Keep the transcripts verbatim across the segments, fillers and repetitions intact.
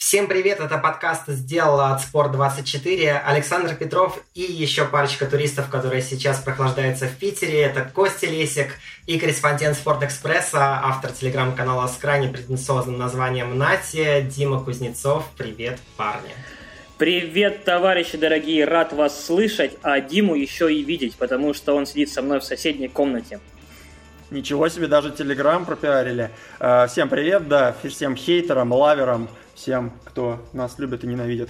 Всем привет, это подкаст «Сделала» от спорт двадцать четыре. Александр Петров и еще парочка туристов, которые сейчас прохлаждаются в Питере. Это Костя Лесик и корреспондент «Спортэкспресса», автор телеграм-канала с крайне претенциозным названием «Нати», Дима Кузнецов. Привет, парни. Привет, товарищи дорогие, рад вас слышать, а Диму еще и видеть, потому что он сидит со мной в соседней комнате. Ничего себе, даже телеграм пропиарили. Всем привет, да, всем хейтерам, лаверам, всем, кто нас любит и ненавидит.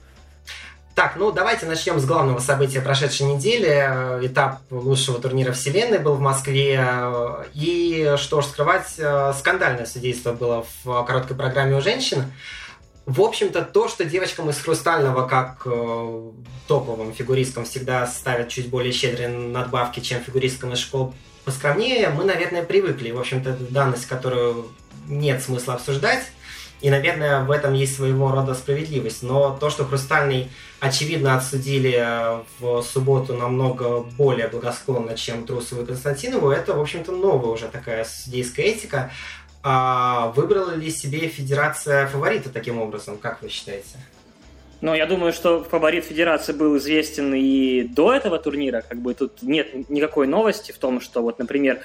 Так, ну давайте начнем с главного события прошедшей недели. Этап лучшего турнира вселенной был в Москве. И, что уж скрывать, скандальное судейство было в короткой программе у женщин. В общем-то, то, что девочкам из «Хрустального», как э, топовым фигуристкам, всегда ставят чуть более щедрые надбавки, чем фигуристкам из школ поскромнее, мы, наверное, привыкли. В общем-то, это данность, которую нет смысла обсуждать. И, наверное, в этом есть своего рода справедливость. Но то, что «Хрустальный» очевидно отсудили в субботу намного более благосклонно, чем Трусову и Константинову, это, в общем-то, новая уже такая судейская этика. А выбрала ли себе федерация фаворита таким образом, как вы считаете? Ну, я думаю, что фаворит федерации был известен и до этого турнира. Как бы тут нет никакой новости в том, что вот, например,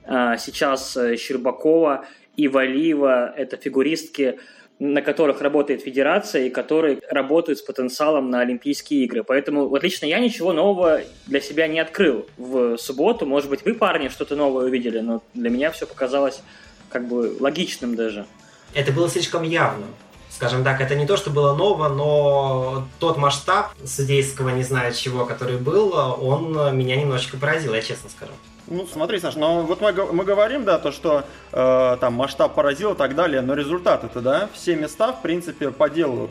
сейчас Щербакова и Валиева – это фигуристки, на которых работает федерация и которые работают с потенциалом на Олимпийские игры. Поэтому вот лично я ничего нового для себя не открыл в субботу. Может быть, вы, парни, что-то новое увидели, но для меня все показалось как бы логичным даже. Это было слишком явно. Скажем так, это не то, что было ново, но тот масштаб судейского не знаю чего, который был, он меня немножечко поразил, я честно скажу. Ну, смотри, Саш, ну вот мы, мы говорим, да, то, что э, там масштаб поразил и так далее, но результаты-то, да, все места, в принципе, по делу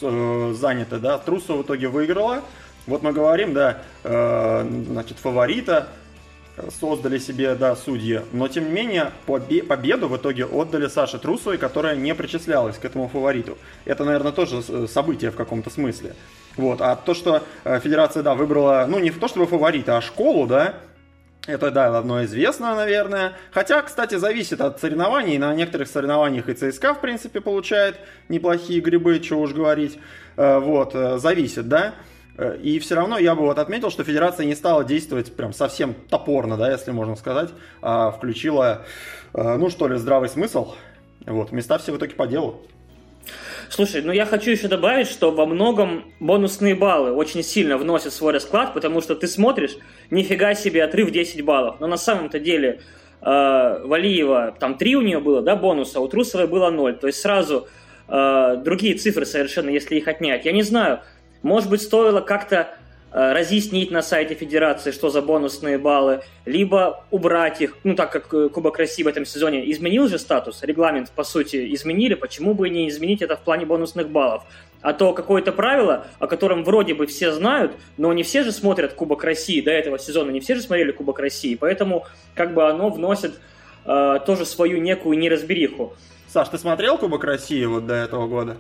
э, заняты, да, Трусова в итоге выиграла. Вот мы говорим, да, э, значит, фаворита создали себе, да, судьи, но тем не менее побе- победу в итоге отдали Саше Трусовой, которая не причислялась к этому фавориту. Это, наверное, тоже событие в каком-то смысле. Вот, а то, что э, федерация, да, выбрала, ну, не в то чтобы фаворита, а школу, да, это, да, давно известно, наверное. Хотя, кстати, зависит от соревнований. На некоторых соревнованиях и ЦСКА, в принципе, получает неплохие грибы, чего уж говорить. Э, вот, э, зависит, да. И все равно я бы вот отметил, что федерация не стала действовать прям совсем топорно, да, если можно сказать, а включила, ну что ли, здравый смысл. Вот, места все в итоге по делу. Слушай, ну я хочу еще добавить, что во многом бонусные баллы очень сильно вносят свой расклад, потому что ты смотришь, нифига себе, отрыв десять баллов. Но на самом-то деле э, Валиева, там три у нее было, да, бонуса, у Трусовой было ноль. То есть сразу э, другие цифры совершенно, если их отнять. Я не знаю. Может быть, стоило как-то э, разъяснить на сайте Федерации, что за бонусные баллы, либо убрать их, ну так как Кубок России в этом сезоне изменил же статус, регламент, по сути, изменили, почему бы не изменить это в плане бонусных баллов? А то какое-то правило, о котором вроде бы все знают, но не все же смотрят Кубок России до этого сезона, не все же смотрели Кубок России, поэтому как бы оно вносит э, тоже свою некую неразбериху. Саш, ты смотрел Кубок России вот до этого года?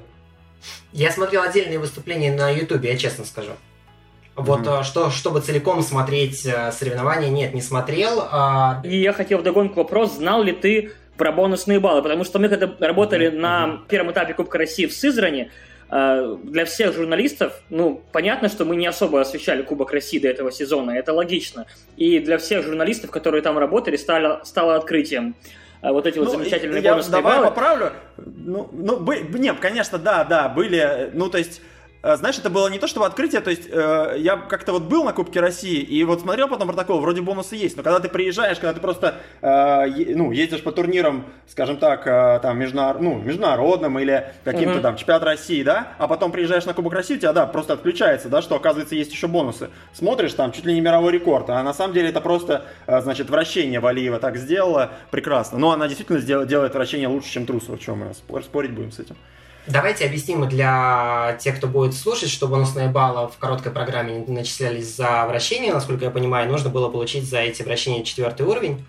Я смотрел отдельные выступления на Ютубе, я честно скажу. Вот mm-hmm. что, чтобы целиком смотреть соревнования, нет, не смотрел. А... И я хотел вдогонку вопрос, знал ли ты про бонусные баллы? Потому что мы когда работали mm-hmm. на первом этапе Кубка России в Сызрани, для всех журналистов, ну, понятно, что мы не особо освещали Кубок России до этого сезона, это логично. И для всех журналистов, которые там работали, стало, стало открытием. Вот эти ну, вот замечательные я, бонусные давай баллы. Давай поправлю. Ну, ну, бы, нет, конечно, да, да, были, ну, то есть, знаешь, это было не то, чтобы открытие, то есть, э, я как-то вот был на Кубке России, и вот смотрел потом протокол, вроде бонусы есть, но когда ты приезжаешь, когда ты просто, э, е, ну, ездишь по турнирам, скажем так, э, там, международ, ну, международным или каким-то uh-huh. там чемпионат России, да, а потом приезжаешь на Кубок России, у тебя, да, просто отключается, да, что, оказывается, есть еще бонусы. Смотришь, там, чуть ли не мировой рекорд, а на самом деле это просто, э, значит, вращение Валиева так сделала, прекрасно. Но она действительно сдел, делает вращение лучше, чем Трусова, в чем мы спорить будем с этим. Давайте объясним для тех, кто будет слушать, что бонусные баллы в короткой программе начислялись за вращение. Насколько я понимаю, нужно было получить за эти вращения четвертый уровень.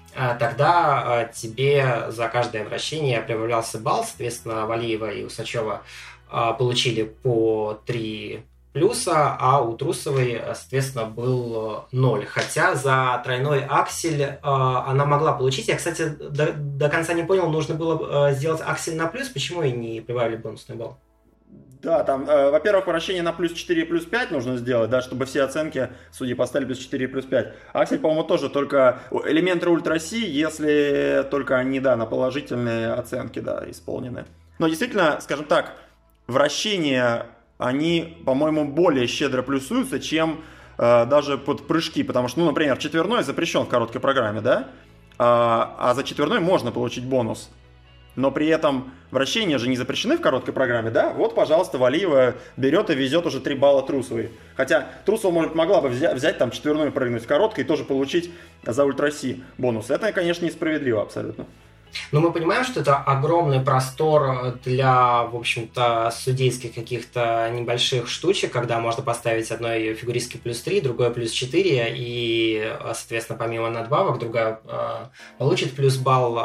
Тогда тебе за каждое вращение прибавлялся балл. Соответственно, Валиева и Усачева получили по три плюса, а у Трусовой, соответственно, был ноль. Хотя за тройной аксель э, она могла получить. Я, кстати, до, до конца не понял, нужно было э, сделать аксель на плюс. Почему и не прибавили бонусный балл? Да, там, э, во-первых, вращение на плюс четыре и плюс пять нужно сделать, да, чтобы все оценки судьи поставили плюс четыре и плюс пять. А, кстати, по-моему, тоже только элементы ультра-Си, если только они, да, на положительные оценки, да, исполнены. Но действительно, скажем так, вращения, они, по-моему, более щедро плюсуются, чем э, даже под прыжки, потому что, ну, например, четверной запрещен в короткой программе, да, а, а за четверной можно получить бонус. Но при этом вращения же не запрещены в короткой программе, да? Вот, пожалуйста, Валиева берет и везет уже три балла Трусовой. Хотя Трусова, может, могла бы взять, взять там четверную прыгнуть в короткой и тоже получить за ультра-Си бонус. Это, конечно, несправедливо абсолютно. Но мы понимаем, что это огромный простор для, в общем-то, судейских каких-то небольших штучек, когда можно поставить одной фигуристке плюс три, другой плюс четыре, и, соответственно, помимо надбавок, другая э, получит плюс балл, э,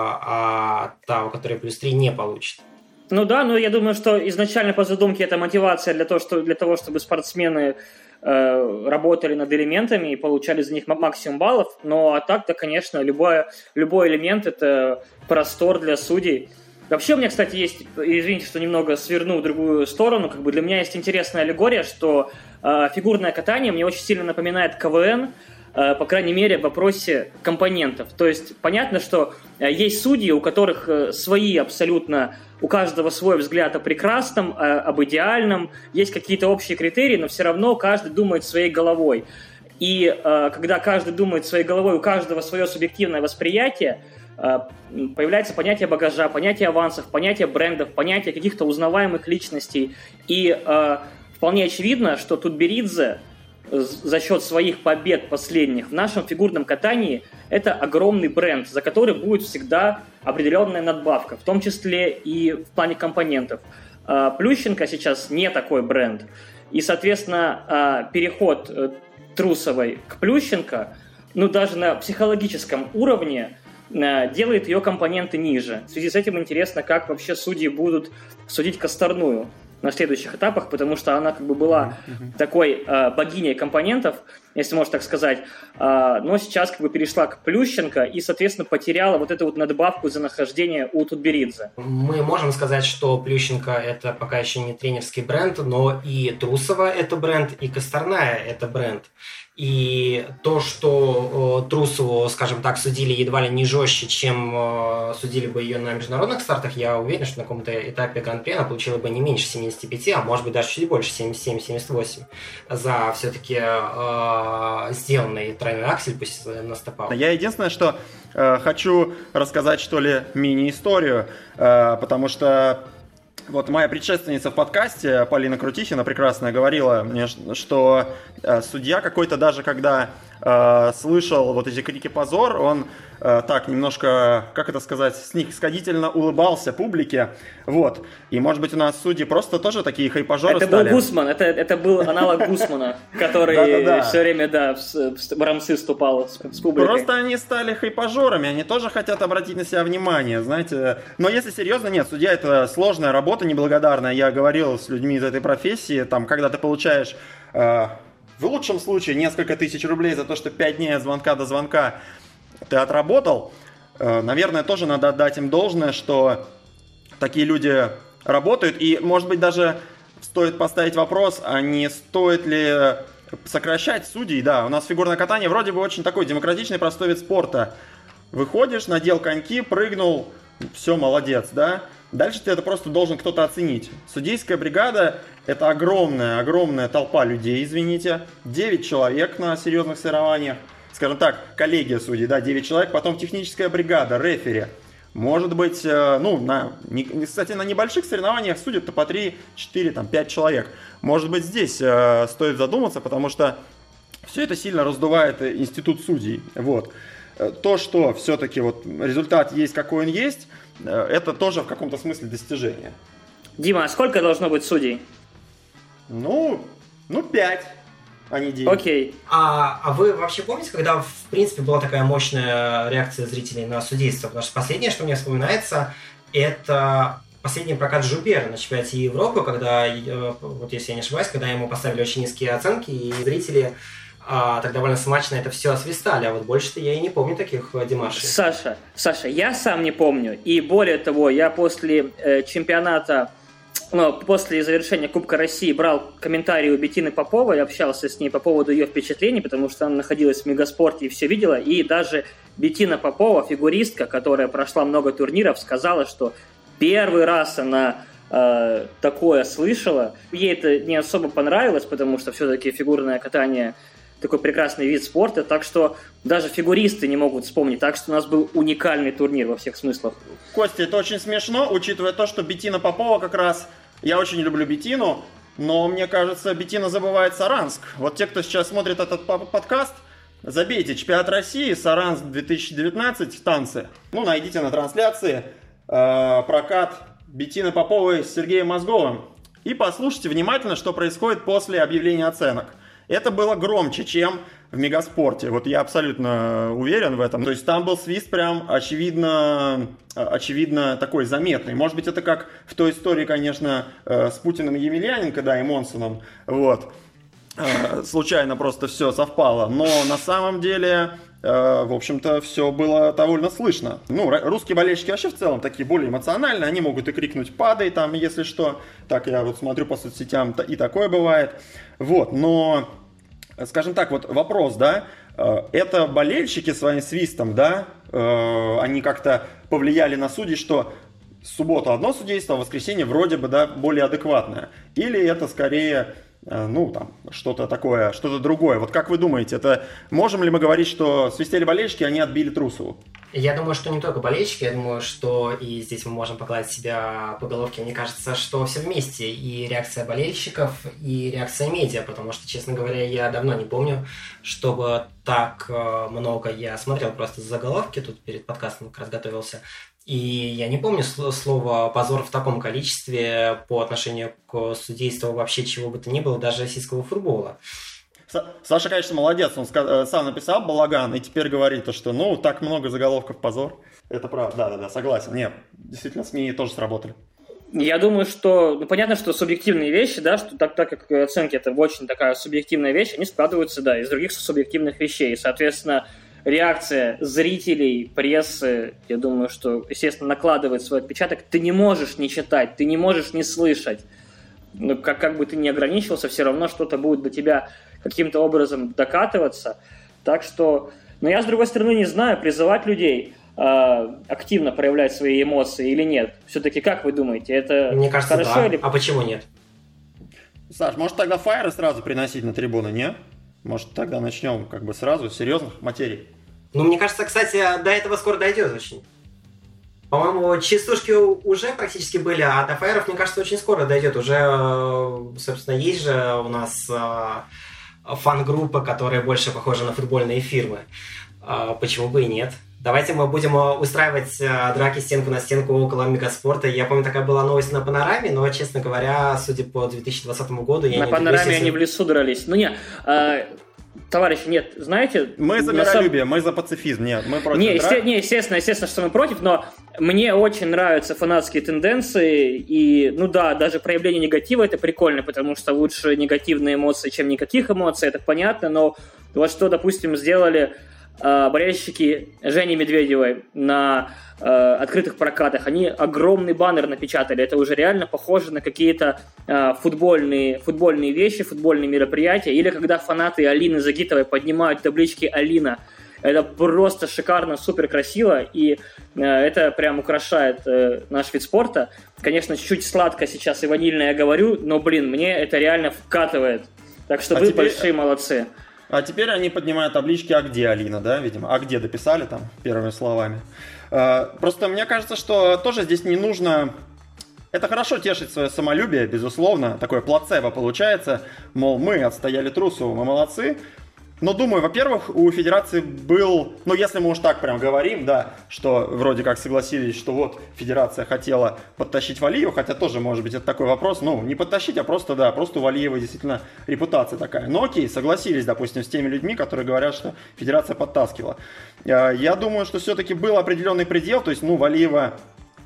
а та, у которой плюс три, не получит. Ну да, но я думаю, что изначально по задумке это мотивация для того, что, для того чтобы спортсмены э, работали над элементами и получали за них максимум баллов. Но а так-то, конечно, любой, любой элемент – это простор для судей. Вообще у меня, кстати, есть, извините, что немного сверну в другую сторону, как бы для меня есть интересная аллегория, что э, фигурное катание мне очень сильно напоминает КВН, э, по крайней мере, в вопросе компонентов. То есть понятно, что э, есть судьи, у которых э, свои абсолютно, у каждого свой взгляд о прекрасном, э, об идеальном, есть какие-то общие критерии, но все равно каждый думает своей головой. И э, когда каждый думает своей головой, у каждого свое субъективное восприятие, появляется понятие багажа, понятие авансов, понятие брендов, понятие каких-то узнаваемых личностей. И э, вполне очевидно, что Тутберидзе за счет своих побед последних в нашем фигурном катании это огромный бренд, за который будет всегда определенная надбавка, в том числе и в плане компонентов. Э, Плющенко сейчас не такой бренд. И, соответственно, э, переход э, Трусовой к Плющенко, ну даже на психологическом уровне, делает ее компоненты ниже. В связи с этим интересно, как вообще судьи будут судить Косторную на следующих этапах, потому что она как бы была mm-hmm. такой э, богиней компонентов, если можно так сказать, э, но сейчас как бы перешла к Плющенко и, соответственно, потеряла вот эту вот надбавку за нахождение у Тутберидзе. Мы можем сказать, что Плющенко это пока еще не тренерский бренд, но и Трусова это бренд, и Косторная это бренд. И то, что э, Трусову, скажем так, судили едва ли не жестче, чем э, судили бы ее на международных стартах, я уверен, что на каком-то этапе Гран-при она получила бы не меньше семьдесят пять, а может быть даже чуть больше, семьдесят семь - семьдесят восемь, за все-таки э, сделанный тройной аксель, пусть на стопау. Я единственное, что э, хочу рассказать, что ли, мини-историю, э, потому что вот моя предшественница в подкасте, Полина Крутихина, прекрасная, говорила мне, что э, судья какой-то даже, когда э, слышал вот эти крики «позор», он э, так немножко, как это сказать, снисходительно улыбался публике, вот. И, может быть, у нас судьи просто тоже такие хайпажоры это стали. Это был Гусман, это, это был аналог Гусмана, который все время, да, в рамсы вступал с публикой. Просто они стали хайпажорами, они тоже хотят обратить на себя внимание, знаете. Но если серьезно, нет, судья — это сложная работа, неблагодарная. Я говорил с людьми из этой профессии, там, когда ты получаешь э, в лучшем случае несколько тысяч рублей за то, что пять дней от звонка до звонка ты отработал, э, наверное, тоже надо отдать им должное, что такие люди работают. И, может быть, даже стоит поставить вопрос, а не стоит ли сокращать судей. Да, у нас фигурное катание вроде бы очень такой демократичный, простой вид спорта. Выходишь, надел коньки, прыгнул, все, молодец, да? Дальше ты это просто должен кто-то оценить. Судейская бригада – это огромная, огромная толпа людей, извините. девять человек на серьезных соревнованиях. Скажем так, коллегия судей, да, девять человек. Потом техническая бригада, рефери. Может быть, ну, на, кстати, на небольших соревнованиях судят-то по три, четыре, там, пять человек. Может быть, здесь э, стоит задуматься, потому что все это сильно раздувает институт судей. Вот. То, что все-таки вот результат есть, какой он есть, это тоже в каком-то смысле достижение. Дима, а сколько должно быть судей? Ну, ну пять, а не девять. Окей. А, а вы вообще помните, когда, в принципе, была такая мощная реакция зрителей на судейство? Потому что последнее, что мне вспоминается, это последний прокат Жубера на чемпионате Европы, когда, вот если я не ошибаюсь, когда ему поставили очень низкие оценки, и зрители а, так довольно смачно это все освистали, а вот больше-то я и не помню таких демаршей. Саша, Саша, я сам не помню, и более того, я после э, чемпионата но после завершения Кубка России брал комментарии у Беттины Поповой, общался с ней по поводу ее впечатлений, потому что она находилась в Мегаспорте и все видела, и даже Беттина Попова, фигуристка, которая прошла много турниров, сказала, что первый раз она э, такое слышала. Ей это не особо понравилось, потому что все-таки фигурное катание такой прекрасный вид спорта, так что даже фигуристы не могут вспомнить, так что у нас был уникальный турнир во всех смыслах. Костя, это очень смешно, учитывая то, что Беттина Попова как раз, я очень люблю Беттину, но мне кажется, Беттина забывает Саранск. Вот те, кто сейчас смотрит этот подкаст, забейте чемпионат России, Саранск две тысячи девятнадцать, танцы. Ну, найдите на трансляции э, прокат Беттины Поповой с Сергеем Мозговым и послушайте внимательно, что происходит после объявления оценок. Это было громче, чем в Мегаспорте. Вот я абсолютно уверен в этом. То есть там был свист прям очевидно, очевидно такой заметный. Может быть, это как в той истории, конечно, с Путиным и Емельяненко, да, и Монсоном. Вот. Случайно просто все совпало. Но на самом деле, в общем-то, все было довольно слышно. Ну, русские болельщики вообще в целом такие более эмоциональные. Они могут и крикнуть «падай» там, если что. Так я вот смотрю по соцсетям, и такое бывает. Вот, но, скажем так, вот вопрос, да, это болельщики своим свистом, да, они как-то повлияли на судей, что в субботу одно судейство, а в воскресенье вроде бы, да, более адекватное. Или это скорее, ну, там, что-то такое, что-то другое. Вот как вы думаете, это можем ли мы говорить, что свистели болельщики, они отбили Трусову? Я думаю, что не только болельщики, я думаю, что и здесь мы можем погладить себя по головке. Мне кажется, что все вместе. И реакция болельщиков, и реакция медиа. Потому что, честно говоря, я давно не помню, чтобы так много я смотрел просто заголовки. Тут перед подкастом как раз готовился. И я не помню слово «позор» в таком количестве по отношению к судейству вообще чего бы то ни было, даже российского футбола. Саша, конечно, молодец, он сам написал «балаган» и теперь говорит, что ну, так много заголовков «позор». Это правда, да-да-да, согласен. Нет, действительно, СМИ тоже сработали. Я думаю, что, ну, понятно, что субъективные вещи, да, что так, так как оценки это очень такая субъективная вещь, они складываются, да, из других субъективных вещей. И, соответственно, реакция зрителей, прессы, я думаю, что, естественно, накладывает свой отпечаток. Ты не можешь не читать, ты не можешь не слышать. Ну, как, как бы ты ни ограничивался, все равно что-то будет до тебя каким-то образом докатываться. Так что, но я, с другой стороны, не знаю, призывать людей э, активно проявлять свои эмоции или нет. Все-таки, как вы думаете, это Мне кажется, хорошо да. или... А почему нет? Саш, может тогда фаеры сразу приносить на трибуны, не? Может тогда начнем как бы сразу с серьезных материй? Ну, мне кажется, кстати, до этого скоро дойдет очень. По-моему, частушки уже практически были, а до фаеров, мне кажется, очень скоро дойдет. Уже, собственно, есть же у нас фан-группы, которые больше похожи на футбольные фирмы. Почему бы и нет? Давайте мы будем устраивать драки стенку на стенку около Мегаспорта. Я помню, такая была новость на Панораме, но, честно говоря, судя по две тысячи двадцатому году... Я на не Панораме удивлюсь, они в лесу дрались. Ну, не... А... Товарищи, нет, знаете... Мы за миролюбие, самом... мы за пацифизм, нет, мы против не, драк. есте... не, естественно, естественно, что мы против, но мне очень нравятся фанатские тенденции, и, ну да, даже проявление негатива — это прикольно, потому что лучше негативные эмоции, чем никаких эмоций, это понятно, но вот что, допустим, сделали э, болельщики Жени Медведевой на э, открытых прокатах, они огромный баннер напечатали, это уже реально похоже на какие-то э, футбольные, футбольные вещи, футбольные мероприятия, или когда фанаты Алины Загитовой поднимают таблички «Алина». Это просто шикарно, супер красиво, и э, это прям украшает э, наш вид спорта. Конечно, чуть-чуть сладко сейчас и ванильно я говорю, но, блин, мне это реально вкатывает. Так что а вы теперь... большие молодцы. А теперь они поднимают таблички «А где Алина?», да, видимо? «А где?» дописали там первыми словами. Просто мне кажется, что тоже здесь не нужно... Это хорошо тешить свое самолюбие, безусловно. Такое плацебо получается. Мол, мы отстояли Трусову, мы молодцы. Но думаю, во-первых, у федерации был... Ну, если мы уж так прям говорим, да, что вроде как согласились, что вот федерация хотела подтащить Валиеву, хотя тоже, может быть, это такой вопрос. Ну, не подтащить, а просто, да, просто у Валиевой действительно репутация такая. Но окей, согласились, допустим, с теми людьми, которые говорят, что федерация подтаскивала. Я думаю, что все-таки был определенный предел, то есть, ну, Валиева...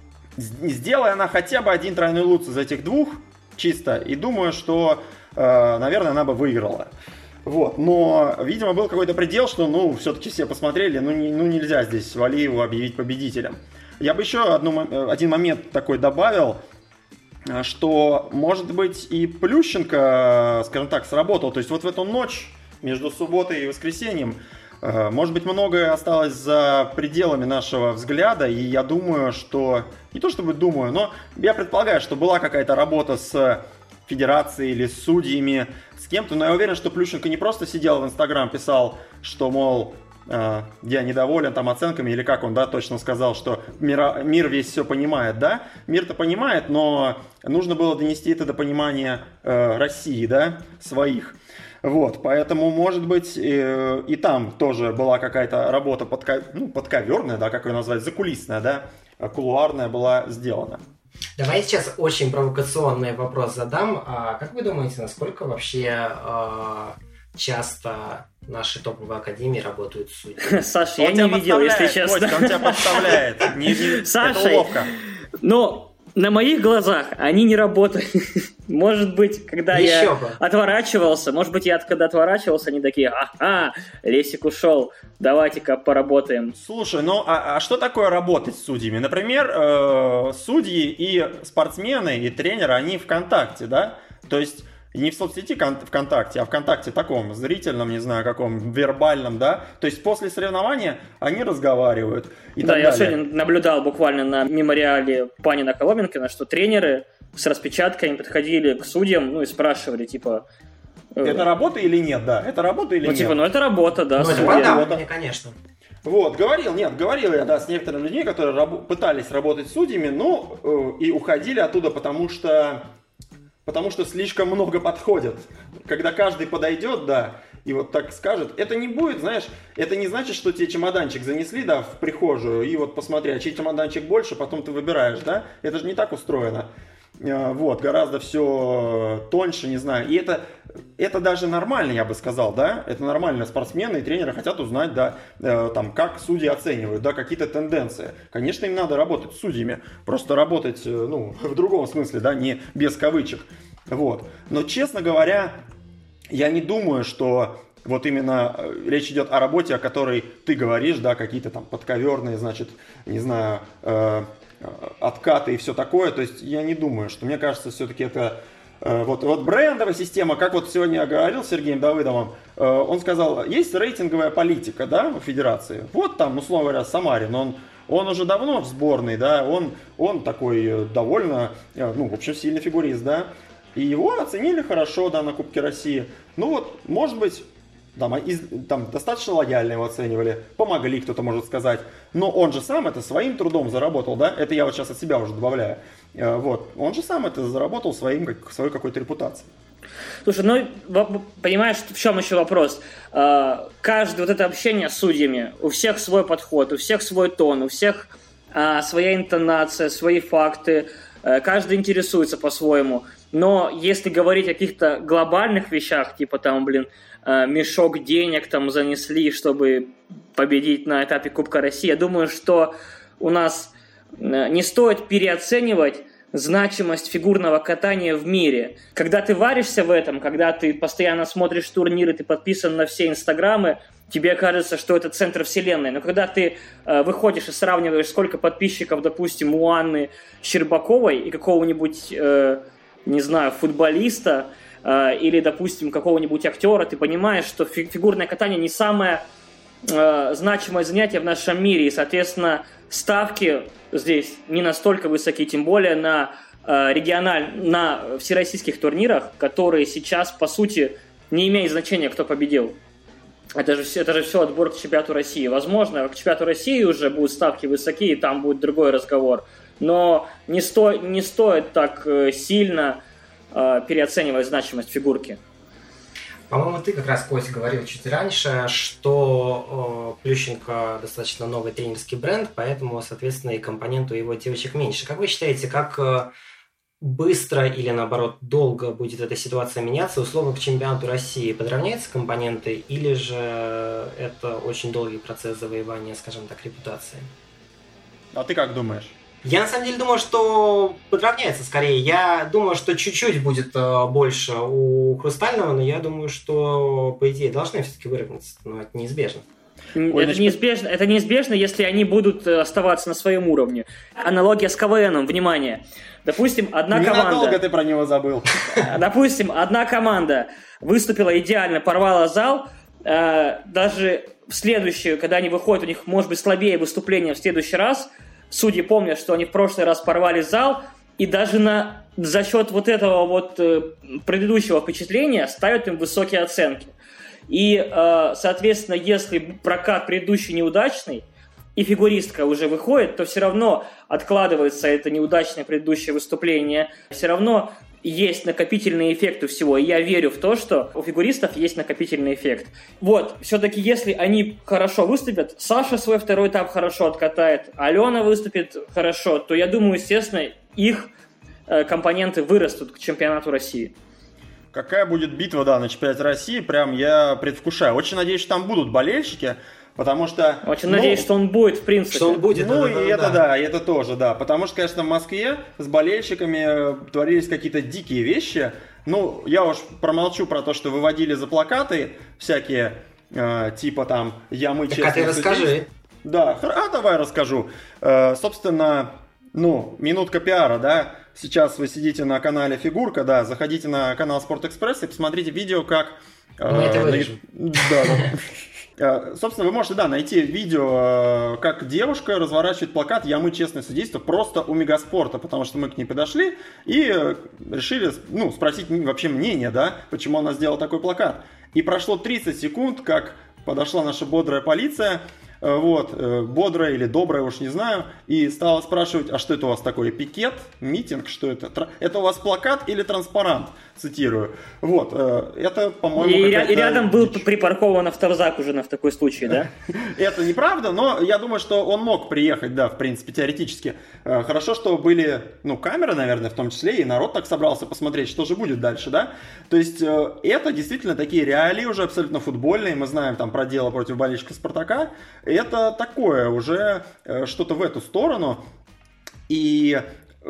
Сделай она хотя бы один тройной луц из этих двух, чисто, и думаю, что, наверное, она бы выиграла. Вот, но, видимо, был какой-то предел, что, ну, все-таки все посмотрели, ну, не, ну нельзя здесь Валиеву объявить победителем. Я бы еще одну, один момент такой добавил. что, может быть, и Плющенко, скажем так, сработал. То есть вот в эту ночь между субботой и воскресеньем, может быть, многое осталось за пределами нашего взгляда, и я думаю, что... Не то чтобы думаю, но я предполагаю, что была какая-то работа с федерацией или с судьями, с кем-то, но я уверен, что Плющенко не просто сидел в Инстаграм, писал, что, мол, э, я недоволен там оценками, или как он, да, точно сказал, что мир, мир весь все понимает, да? Мир-то понимает, но нужно было донести это до понимания э, России, да, своих. Вот, поэтому, может быть, и, и там тоже была какая-то работа подко... ну, подковерная, да, как ее назвать, закулисная, да, кулуарная была сделана. Давай сейчас очень провокационный вопрос задам. А как вы думаете, насколько вообще э, часто наши топовые академии работают с судьями? Саша, я не видел, если честно. Костя, он тебя подставляет. Не, не, Саша, это уловка. Ну, на моих глазах они не работают. Может быть, когда Еще я бы. отворачивался, может быть, я когда отворачивался, они такие, ага, Лесик ушел, давайте-ка поработаем. Слушай, ну а, а что такое работать с судьями? Например, э, судьи и спортсмены, и тренеры, они ВКонтакте, да? То есть не в соцсети ВКонтакте, а ВКонтакте таком, зрительном, не знаю, каком, вербальном, да? То есть после соревнования они разговаривают и да, так я далее. сегодня наблюдал буквально на мемориале Панина Коломенкина, что тренеры с распечатками подходили к судьям, ну и спрашивали, типа... э, Это работа или нет, да? Это работа или ну, нет? типа, ну это работа, да. Ну, это судья. подавление, конечно. Вот, говорил, нет, говорил я, да, с некоторыми людьми, которые раб- пытались работать с судьями, но э, и уходили оттуда, потому что, потому что слишком много подходят. Когда каждый подойдет, да, и вот так скажет, это не будет, знаешь, это не значит, что тебе чемоданчик занесли, да, в прихожую, и вот посмотри, а чей чемоданчик больше, потом ты выбираешь, да, это же не так устроено. Вот, гораздо все тоньше, не знаю. И это, это даже нормально, я бы сказал, да. Это нормально. Спортсмены и тренеры хотят узнать, да, э, там, как судьи оценивают, да, какие-то тенденции. Конечно, им надо работать с судьями. Просто работать, э, ну, в другом смысле, да, не без кавычек. Вот. Но, честно говоря, я не думаю, что вот именно речь идет о работе, о которой ты говоришь, да, какие-то там подковерные, значит, не знаю, э, откаты и все такое. То есть я не думаю, что, мне кажется, все-таки это э, вот, вот брендовая система, как вот сегодня я говорил с Сергеем Давыдовым, э, он сказал, есть рейтинговая политика, да, у федерации. Вот там, условно говоря, Самарин, он, он уже давно в сборной, да, он, он такой довольно, э, ну, в общем, сильный фигурист, да, и его оценили хорошо, да, на Кубке России. Ну вот, может быть, Там, из, там достаточно лояльно его оценивали, помогли, кто-то может сказать. Но он же сам это своим трудом заработал, да? Это я вот сейчас от себя уже добавляю. Вот. Он же сам это заработал своим, как, своей какой-то репутацией. Слушай, ну, понимаешь, в чем еще вопрос? Каждое вот это общение с судьями, у всех свой подход, у всех свой тон, у всех своя интонация, свои факты, каждый интересуется по-своему. Но если говорить о каких-то глобальных вещах, типа там, блин, мешок денег там занесли, чтобы победить на этапе Кубка России, я думаю, что у нас не стоит переоценивать значимость фигурного катания в мире. Когда ты варишься в этом, когда ты постоянно смотришь турниры, ты подписан на все инстаграмы, тебе кажется, что это центр вселенной. Но когда ты э, выходишь и сравниваешь, сколько подписчиков, допустим, у Анны Щербаковой и какого-нибудь, э, не знаю, футболиста, э, или, допустим, какого-нибудь актера, ты понимаешь, что фи- фигурное катание не самое э, значимое занятие в нашем мире. И, соответственно, ставки здесь не настолько высоки, тем более на э, региональ... на всероссийских турнирах, которые сейчас, по сути, не имеют значения, кто победил. Это же, все, это же все отбор к чемпионату России. Возможно, к чемпионату России уже будут ставки высокие, и там будет другой разговор. Но не, сто, не стоит так сильно э, переоценивать значимость фигурки. По-моему, ты как раз, Кость, говорил чуть раньше, что э, Плющенко достаточно новый тренерский бренд, поэтому, соответственно, и компоненту его девочек меньше. Как вы считаете, как э, быстро или, наоборот, долго будет эта ситуация меняться? Условно, к чемпионату России подравняются компоненты, или же это очень долгий процесс завоевания, скажем так, репутации? А ты как думаешь? Я на самом деле думаю, что подравняется скорее. Я думаю, что чуть-чуть будет э, больше у Хрустального, но я думаю, что, по идее, должны все-таки выровняться, но это неизбежно. Ой, это, значит... неизбежно, это неизбежно, если они будут оставаться на своем уровне. Аналогия с КВНом, внимание. Допустим, одна команда... Ненадолго ты про него забыл. Допустим, одна команда выступила идеально, порвала зал, даже в следующую, когда они выходят, у них может быть слабее выступление в следующий раз, судьи помнят, что они в прошлый раз порвали зал, и даже на, за счет вот этого вот предыдущего впечатления ставят им высокие оценки. И, соответственно, если прокат предыдущий неудачный, и фигуристка уже выходит, то все равно откладывается это неудачное предыдущее выступление, все равно есть накопительный эффект у всего. И я верю в то, что у фигуристов есть накопительный эффект. Вот, все-таки если они хорошо выступят, Саша свой второй этап хорошо откатает, Алена выступит хорошо, то я думаю, естественно, их компоненты вырастут к чемпионату России. Какая будет битва, да, на чемпионате России, прям я предвкушаю. Очень надеюсь, что там будут болельщики, потому что... Очень ну, надеюсь, что он будет, в принципе. Что он будет. Ну, да, и да, это да. да, и это тоже, да. Потому что, конечно, в Москве с болельщиками творились какие-то дикие вещи. Ну, я уж промолчу про то, что выводили за плакаты всякие, э, типа там «Я, мы, честные Так, а ты расскажи. судьи». Да, а давай расскажу. Э, собственно, ну, минутка пиара, да. Сейчас вы сидите на канале Фигурка, да, заходите на канал Спортэкспресс и посмотрите видео, как... Э, Мы это вырежем. На... Да, да. Собственно, вы можете, да, найти видео, как девушка разворачивает плакат «Я, мы, честное судейство» просто у Мегаспорта, потому что мы к ней подошли и решили, ну, спросить вообще мнение, да, почему она сделала такой плакат. И прошло тридцать секунд, как подошла наша бодрая полиция, вот, бодрая или добрая, уж не знаю, и стала спрашивать, а что это у вас такое, пикет, митинг, что это? Это у вас плакат или транспарант? Цитирую. Вот, это, по-моему, и, какая-то... и рядом был припаркован автовзак уже на в такой случай, да? Это неправда, но я думаю, что он мог приехать, да, в принципе, теоретически. Хорошо, что были, ну, камеры, наверное, в том числе, и народ так собрался посмотреть, что же будет дальше, да? То есть, это действительно такие реалии уже абсолютно футбольные, мы знаем там про дело против болельщика Спартака, это такое уже что-то в эту сторону, и...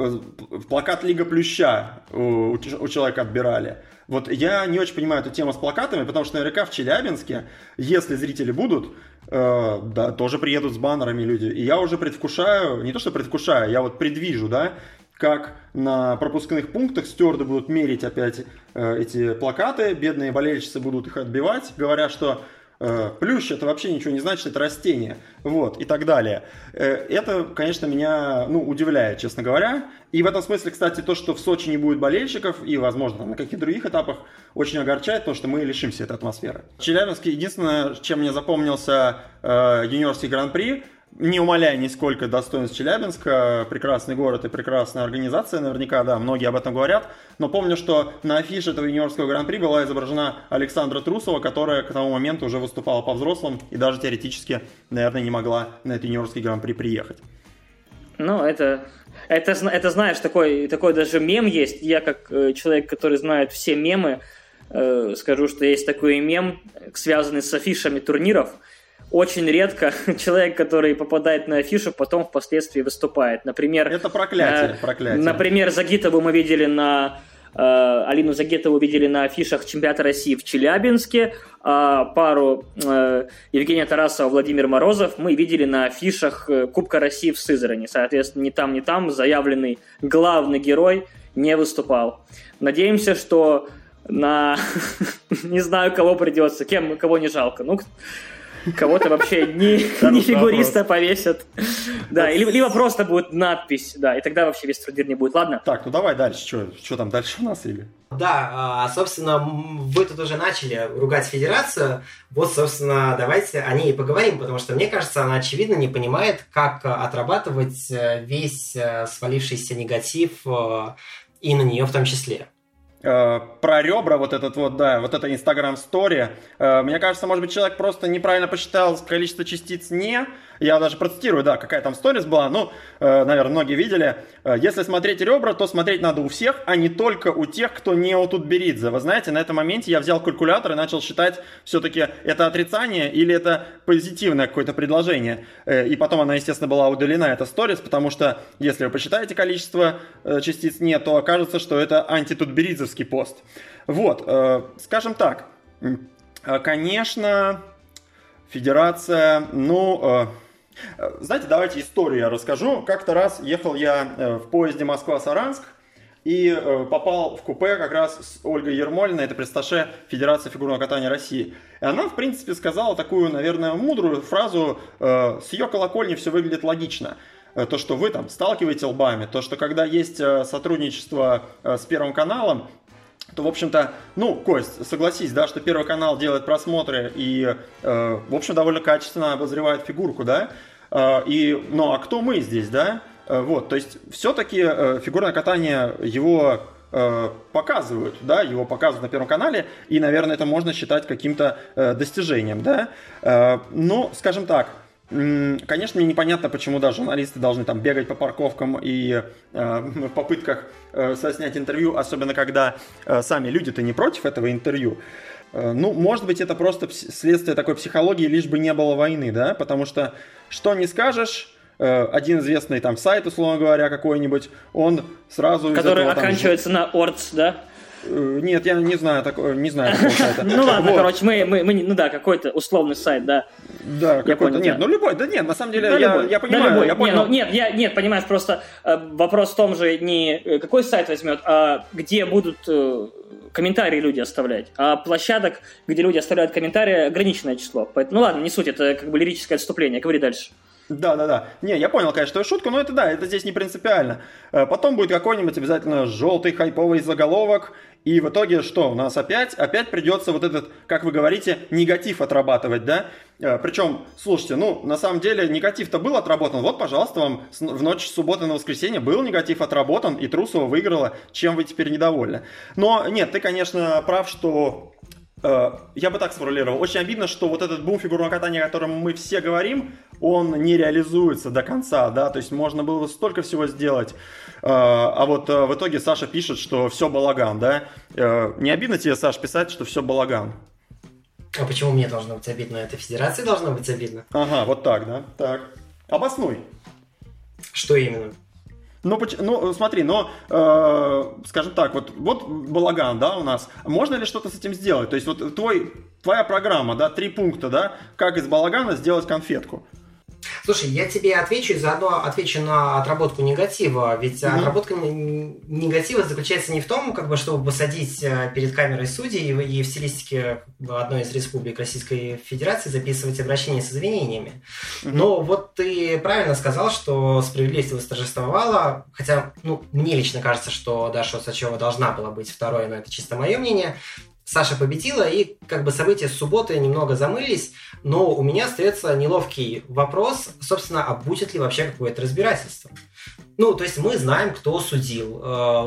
плакат Лига Плюща у, у человека отбирали. Вот я не очень понимаю эту тему с плакатами, потому что наверняка в Челябинске, если зрители будут, э, да, тоже приедут с баннерами люди. И я уже предвкушаю, не то что предвкушаю, я вот предвижу, да, как на пропускных пунктах стюарды будут мерить опять э, эти плакаты, бедные болельщицы будут их отбивать, говоря, что плющ это вообще ничего не значит, это растение, вот, и так далее. Это, конечно, меня, ну, удивляет, честно говоря. И в этом смысле, кстати, то, что в Сочи не будет болельщиков, и, возможно, там, на каких-то других этапах, очень огорчает, потому что мы лишимся этой атмосферы. Челябинск, единственное, чем мне запомнился э, юниорский гран-при, не умаляя нисколько достоинств Челябинска, прекрасный город и прекрасная организация, наверняка, да, многие об этом говорят, но помню, что на афише этого юниорского гран-при была изображена Александра Трусова, которая к тому моменту уже выступала по взрослым и даже теоретически, наверное, не могла на этот юниорский гран-при приехать. Ну, это, это, это знаешь, такой, такой даже мем есть. Я, как э, человек, который знает все мемы, э, скажу, что есть такой мем, связанный с афишами турниров. Очень редко человек, который попадает на афишу, потом впоследствии выступает. Например, это проклятие, э, проклятие. Например, Загитову мы видели на... Э, Алину Загитову видели на афишах чемпионата России в Челябинске, а пару э, Евгения Тарасова, Владимир Морозов мы видели на афишах Кубка России в Сызрани. Соответственно, ни там, ни там заявленный главный герой не выступал. Надеемся, что на... не знаю, кого придется, кем, кого не жалко. Ну, кого-то вообще не, не фигуриста повесят. Да, или, либо просто будет надпись, да, и тогда вообще весь турнир не будет. Ладно? Так, ну давай дальше. Что, что там дальше у нас, или? Да, собственно, вы тут уже начали ругать федерацию. Вот, собственно, давайте о ней и поговорим, потому что, мне кажется, она, очевидно, не понимает, как отрабатывать весь свалившийся негатив и на нее в том числе. Про ребра, вот этот вот, да, вот это Instagram-стори. Мне кажется, может быть, человек просто неправильно посчитал количество частиц «не». Я даже процитирую, да, какая там сторис была. Ну, наверное, многие видели. Если смотреть ребра, то смотреть надо у всех, а не только у тех, кто не у Тутберидзе. Вы знаете, на этом моменте я взял калькулятор и начал считать, все-таки это отрицание или это позитивное какое-то предложение. И потом она, естественно, была удалена, эта сторис, потому что, если вы посчитаете количество частиц «не», то окажется, что это антитутберидзевский пост. Вот, скажем так, конечно... федерация, ну... Э, знаете, давайте историю я расскажу. Как-то раз ехал я э, в поезде Москва-Саранск и э, попал в купе как раз с Ольгой Ермолиной, это пресс-атташе Федерации фигурного катания России. И она, в принципе, сказала такую, наверное, мудрую фразу: э, с ее колокольни все выглядит логично. То, что вы там сталкиваете лбами, то, что когда есть сотрудничество с Первым каналом, то, в общем-то, ну, Кость, согласись, да, что Первый канал делает просмотры и, э, в общем, довольно качественно обозревает фигурку, да, э, и, ну, а кто мы здесь, да, э, вот, то есть, все-таки э, фигурное катание его э, показывают, да, его показывают на Первом канале, и, наверное, это можно считать каким-то э, достижением, да, э, ну, скажем так, конечно, мне непонятно, почему да, журналисты должны там бегать по парковкам и э, в попытках э, соснять интервью, особенно когда э, сами люди-то не против этого интервью. Э, ну, может быть, это просто следствие такой психологии, лишь бы не было войны, да, потому что что не скажешь, э, один известный там сайт, условно говоря, какой-нибудь, он сразу... Который этого, там, оканчивается на ордс, да? Нет, я не знаю, такого, не знаю такого сайта. Ну ладно, короче, мы, мы, мы, ну да, какой-то условный сайт, да. Да, какой-то, нет, ну любой, да нет, на самом деле, я, я понимаю, я понял. Нет, я, нет, понимаешь, просто вопрос в том же, не какой сайт возьмет, а где будут комментарии люди оставлять. А площадок, где люди оставляют комментарии, ограниченное число. Поэтому, ну ладно, не суть, это как бы лирическое отступление, говори дальше. Да, да, да. Не, я понял, конечно, твою шутку, но это да, это здесь не принципиально. Потом будет какой-нибудь обязательно желтый хайповый заголовок, и в итоге что? У нас опять, опять придется вот этот, как вы говорите, негатив отрабатывать, да? Причем, слушайте, ну, на самом деле, негатив-то был отработан. Вот, пожалуйста, вам в ночь с субботы на воскресенье был негатив отработан, и Трусова выиграла, чем вы теперь недовольны. Но нет, ты, конечно, прав, что... Я бы так сформулировал. Очень обидно, что вот этот бум фигурного катания, о котором мы все говорим, он не реализуется до конца, да, то есть можно было столько всего сделать, а вот в итоге Саша пишет, что все балаган, да. Не обидно тебе, Саш, писать, что все балаган? А почему мне должно быть обидно? Это федерации должно быть обидно? Ага, вот так, да, так. Обоснуй. Что именно? Ну, ну, смотри, но, э, скажем так, вот, вот балаган, да, у нас. Можно ли что-то с этим сделать? То есть, вот твой, твоя программа, да, три пункта, да, как из балагана сделать конфетку. Слушай, я тебе отвечу и заодно отвечу на отработку негатива. Ведь mm-hmm. отработка негатива заключается не в том, как бы, чтобы посадить перед камерой судей и в стилистике одной из республик Российской Федерации записывать обращения с извинениями. Mm-hmm. Но вот ты правильно сказал, что справедливость восторжествовала. Хотя, ну, мне лично кажется, что Даша Усачева должна была быть второй, но это чисто мое мнение. Саша победила, и как бы события с субботы немного замылись, но у меня остается неловкий вопрос, собственно, а будет ли вообще какое-то разбирательство? Ну, то есть мы знаем, кто судил,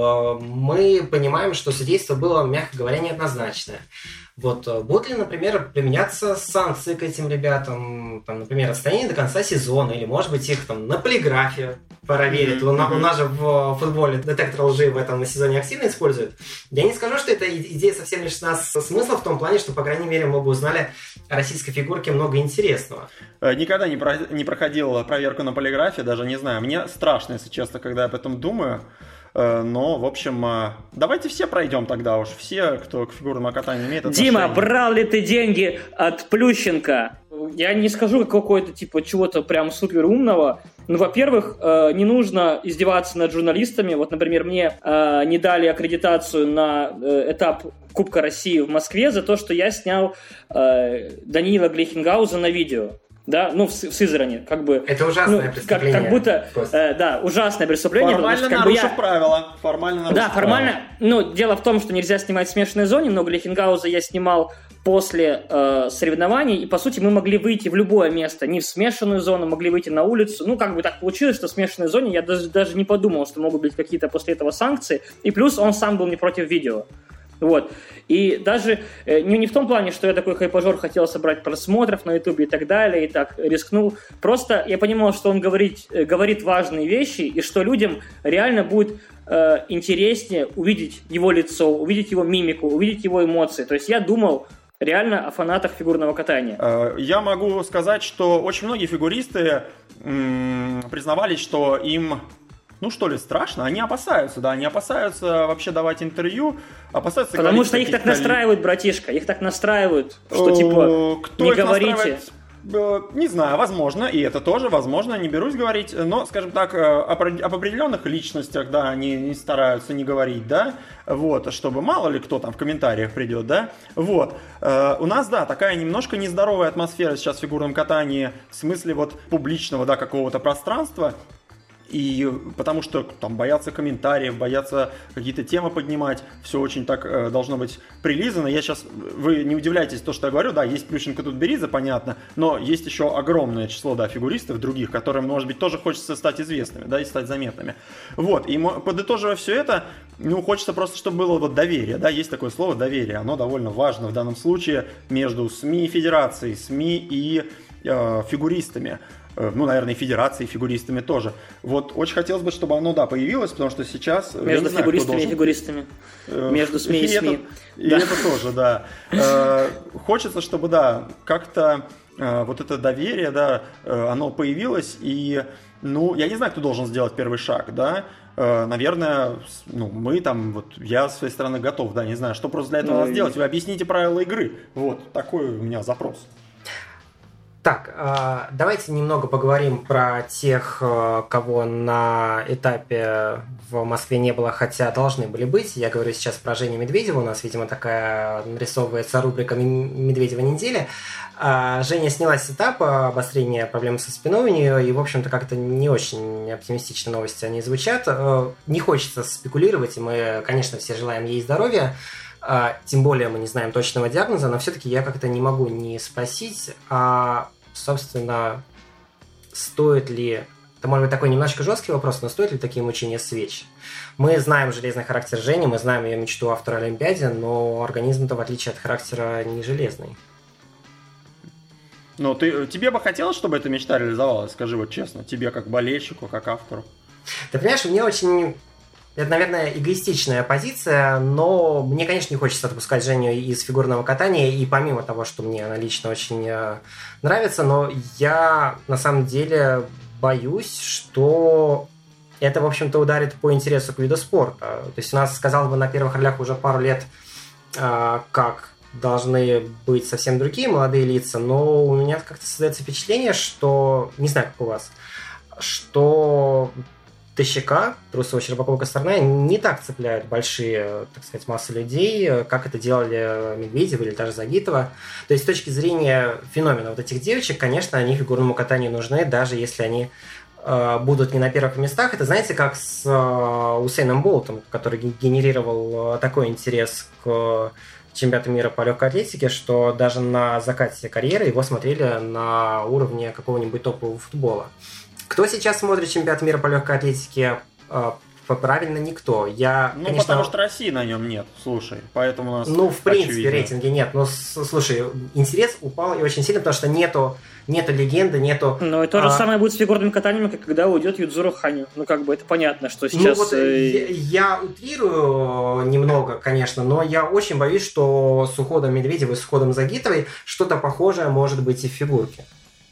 мы понимаем, что судейство было, мягко говоря, неоднозначное. Вот, будут ли, например, применяться санкции к этим ребятам, там, например, отстранение до конца сезона, или, может быть, их там на полиграфе проверят. Mm-hmm. У, у нас же в футболе детектор лжи в этом сезоне активно используют. Я не скажу, что эта идея совсем лишена смысла в том плане, что, по крайней мере, мы бы узнали о российской фигурке много интересного. Никогда не, про- не проходил проверку на полиграфе, даже не знаю. Мне страшно, если честно, когда я об этом думаю. Но, в общем, давайте все пройдем тогда уж. Все, кто к фигурному катанию имеет отношение. Дима, брал ли ты деньги от Плющенко? Я не скажу какой-то, типа, чего-то прям супер умного. Ну, во-первых, не нужно издеваться над журналистами. Вот, например, мне не дали аккредитацию на этап Кубка России в Москве за то, что я снял Даниила Глейхенгауза на видео. Да, ну в, в Сызрани, как бы... Это ужасное ну, преступление. Как, как будто, э, да, ужасное преступление. Формально как нарушив бы я... правила. Формально нарушив Да, формально, правила. Ну, дело в том, что нельзя снимать в смешанной зоне, но Глейхенгауза я снимал после э, соревнований, и, по сути, мы могли выйти в любое место, не в смешанную зону, могли выйти на улицу. Ну, как бы так получилось, что в смешанной зоне я даже, даже не подумал, что могут быть какие-то после этого санкции, и плюс он сам был не против видео. Вот. И даже э, не, не в том плане, что я такой хайпажор, хотел собрать просмотров на ютубе и так далее, и так рискнул. Просто я понимал, что он говорит, э, говорит важные вещи, и что людям реально будет э, интереснее увидеть его лицо, увидеть его мимику, увидеть его эмоции. То есть я думал реально о фанатах фигурного катания. Я могу сказать, что очень многие фигуристы м- признавались, что им... Ну что ли, страшно? Они опасаются, да, они опасаются вообще давать интервью, опасаются... Потому что их так настраивают, братишка, их так настраивают, что типа Кто не их говорите. Настраивает? Не знаю, возможно, и это тоже возможно, не берусь говорить, но, скажем так, об определенных личностях, да, они не стараются не говорить, да, вот, чтобы мало ли кто там в комментариях придет, да, вот. У нас, да, такая немножко нездоровая атмосфера сейчас в фигурном катании, в смысле вот публичного, да, какого-то пространства. И потому что там боятся комментариев, боятся какие-то темы поднимать, все очень так э, должно быть прилизано. Я сейчас, вы не удивляйтесь то, что я говорю, да, есть Плющенко, тут Бериза, понятно, но есть еще огромное число, да, фигуристов других, которым, может быть, тоже хочется стать известными, да, и стать заметными. Вот, и подытоживая все это, ну, хочется просто, чтобы было вот доверие, да, есть такое слово доверие, оно довольно важно в данном случае между СМИ и федерацией, СМИ и э, фигуристами. Ну, наверное, и федерации, и фигуристами тоже. Вот очень хотелось бы, чтобы оно, да, появилось, потому что сейчас... Между знаю, фигуристами должен... и фигуристами. Между СМИ и, и СМИ. Это, и да. это тоже, да. Хочется, чтобы, да, как-то вот это доверие, да, оно появилось, и, ну, я не знаю, кто должен сделать первый шаг, да. Наверное, ну, мы там, вот я с своей стороны готов, да, не знаю, что просто для этого надо сделать. Вы объясните правила игры. Вот, такой у меня запрос. Так, давайте немного поговорим про тех, кого на этапе в Москве не было, хотя должны были быть. Я говорю сейчас про Женю Медведеву. У нас, видимо, такая нарисовывается рубрика «Медведева недели». Женя снялась с этапа обострения проблем со спиной у нее, и, в общем-то, как-то не очень оптимистично новости они звучат. Не хочется спекулировать, и мы, конечно, все желаем ей здоровья. Тем более мы не знаем точного диагноза, но все-таки я как-то не могу не спросить, а, собственно, стоит ли... Это, может быть, такой немножко жесткий вопрос, но стоит ли такие мучения свеч? Мы знаем железный характер Жени, мы знаем ее мечту автора Олимпиаде, но организм-то, в отличие от характера, не железный. Ну, ты, тебе бы хотелось, чтобы эта мечта реализовалась, скажи вот честно, тебе как болельщику, как автору? Ты понимаешь, мне очень... Это, наверное, эгоистичная позиция, но мне, конечно, не хочется отпускать Женю из фигурного катания, и помимо того, что мне она лично очень нравится, но я на самом деле боюсь, что это, в общем-то, ударит по интересу к виду спорта. То есть у нас, сказал бы, на первых ролях уже пару лет как должны быть совсем другие молодые лица, но у меня как-то создается впечатление, что, не знаю, как у вас, что... Тыщака, Трусова, Щербакова, Косторная не так цепляют большие, так сказать, массы людей, как это делали Медведев или даже Загитова. То есть с точки зрения феномена вот этих девочек, конечно, они фигурному катанию нужны, даже если они э, будут не на первых местах. Это, знаете, как с э, Усейном Болтом, который генерировал такой интерес к чемпионату мира по легкой атлетике, что даже на закате карьеры его смотрели на уровне какого-нибудь топового футбола. Кто сейчас смотрит чемпионат мира по легкой атлетике? Правильно, никто. Я, ну, конечно... потому что России на нем нет, слушай, поэтому у нас Ну, в принципе, очевидно. рейтинге нет. Но, слушай, интерес упал и очень сильно, потому что нету, нету легенды, нету... Ну, и то же а... самое будет с фигурным катанием, как когда уйдет Юдзуру Ханю. Ну, как бы, это понятно, что сейчас... Ну, вот я, я утрирую немного, конечно, но я очень боюсь, что с уходом Медведева и с уходом Загитовой что-то похожее может быть и в фигурке.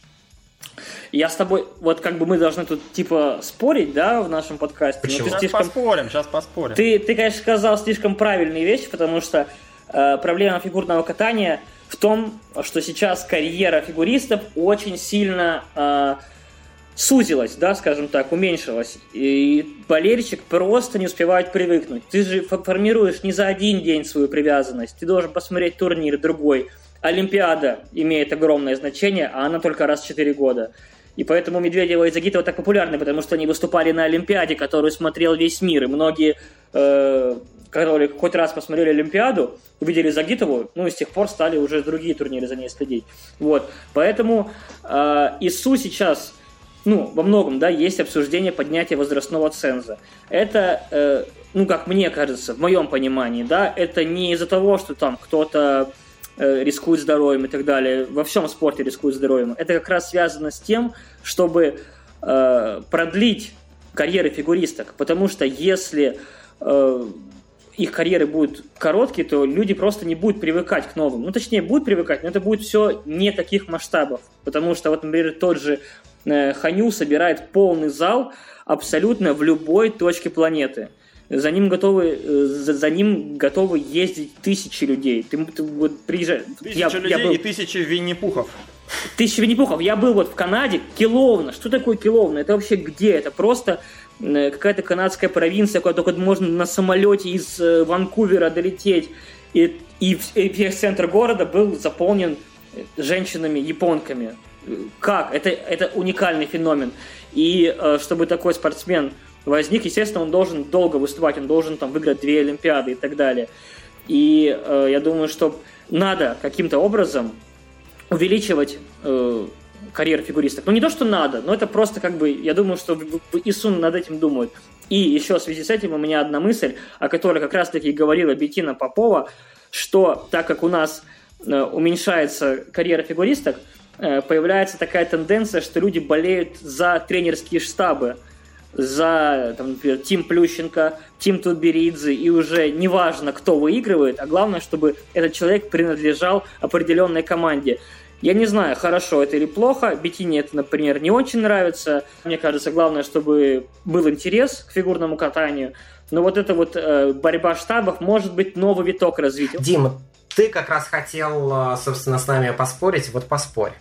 Я с тобой, вот как бы мы должны тут типа спорить, да, в нашем подкасте. Почему? Ты сейчас слишком... поспорим, сейчас поспорим. Ты, ты, конечно, сказал слишком правильные вещи, потому что э, проблема фигурного катания в том, что сейчас карьера фигуристов очень сильно э, сузилась, да, скажем так, уменьшилась. И болельщик просто не успевает привыкнуть. Ты же формируешь не за один день свою привязанность, ты должен посмотреть турнир другой. Олимпиада имеет огромное значение, а она только раз в четыре года. И поэтому Медведева и Загитова так популярны, потому что они выступали на Олимпиаде, которую смотрел весь мир. И многие, э, которые хоть раз посмотрели Олимпиаду, увидели Загитову, ну и с тех пор стали уже другие турниры за ней следить. Вот. Поэтому э, ИСУ сейчас, ну, во многом, да, есть обсуждение поднятия возрастного ценза. Это, э, ну, как мне кажется, в моем понимании, да, это не из-за того, что там кто-то рискует здоровьем и так далее. Во всем спорте рискует здоровьем. Это как раз связано с тем, чтобы э, продлить карьеры фигуристок. Потому что если э, их карьеры будут короткие, то люди просто не будут привыкать к новым. Ну, точнее, будут привыкать, но это будет все не таких масштабов. Потому что, вот, например, тот же э, Ханю собирает полный зал абсолютно в любой точке планеты. За ним готовы, за, за ним готовы ездить тысячи людей. Ты, ты вот приезжаешь. Тысячи я, людей я был... и тысячи Винни-Пухов. Тысяча Винни-Пухов. Я был вот в Канаде, Келовна. Что такое Келовна? Это вообще где? Это просто какая-то канадская провинция, куда только можно на самолете из Ванкувера долететь. И, и, и весь центр города был заполнен женщинами-японками. Как? Это, это уникальный феномен. И чтобы такой спортсмен возник, естественно, он должен долго выступать, он должен там выиграть две Олимпиады и так далее. И э, я думаю, что надо каким-то образом увеличивать э, карьеру фигуристок. Ну, не то, что надо, но это просто как бы, я думаю, что в, в ИСУН над этим думают. И еще в связи с этим у меня одна мысль, о которой как раз-таки говорила Беттина Попова, что так как у нас э, уменьшается карьера фигуристок, э, появляется такая тенденция, что люди болеют за тренерские штабы, за, там, например, Тим Плющенко, Тим Тутберидзе, и уже неважно, кто выигрывает, а главное, чтобы этот человек принадлежал определенной команде. Я не знаю, хорошо это или плохо, Беттине это, например, не очень нравится. Мне кажется, главное, чтобы был интерес к фигурному катанию. Но вот эта вот э, борьба штабов может быть новый виток развития. Дима, ты как раз хотел, собственно, с нами поспорить, вот поспорь.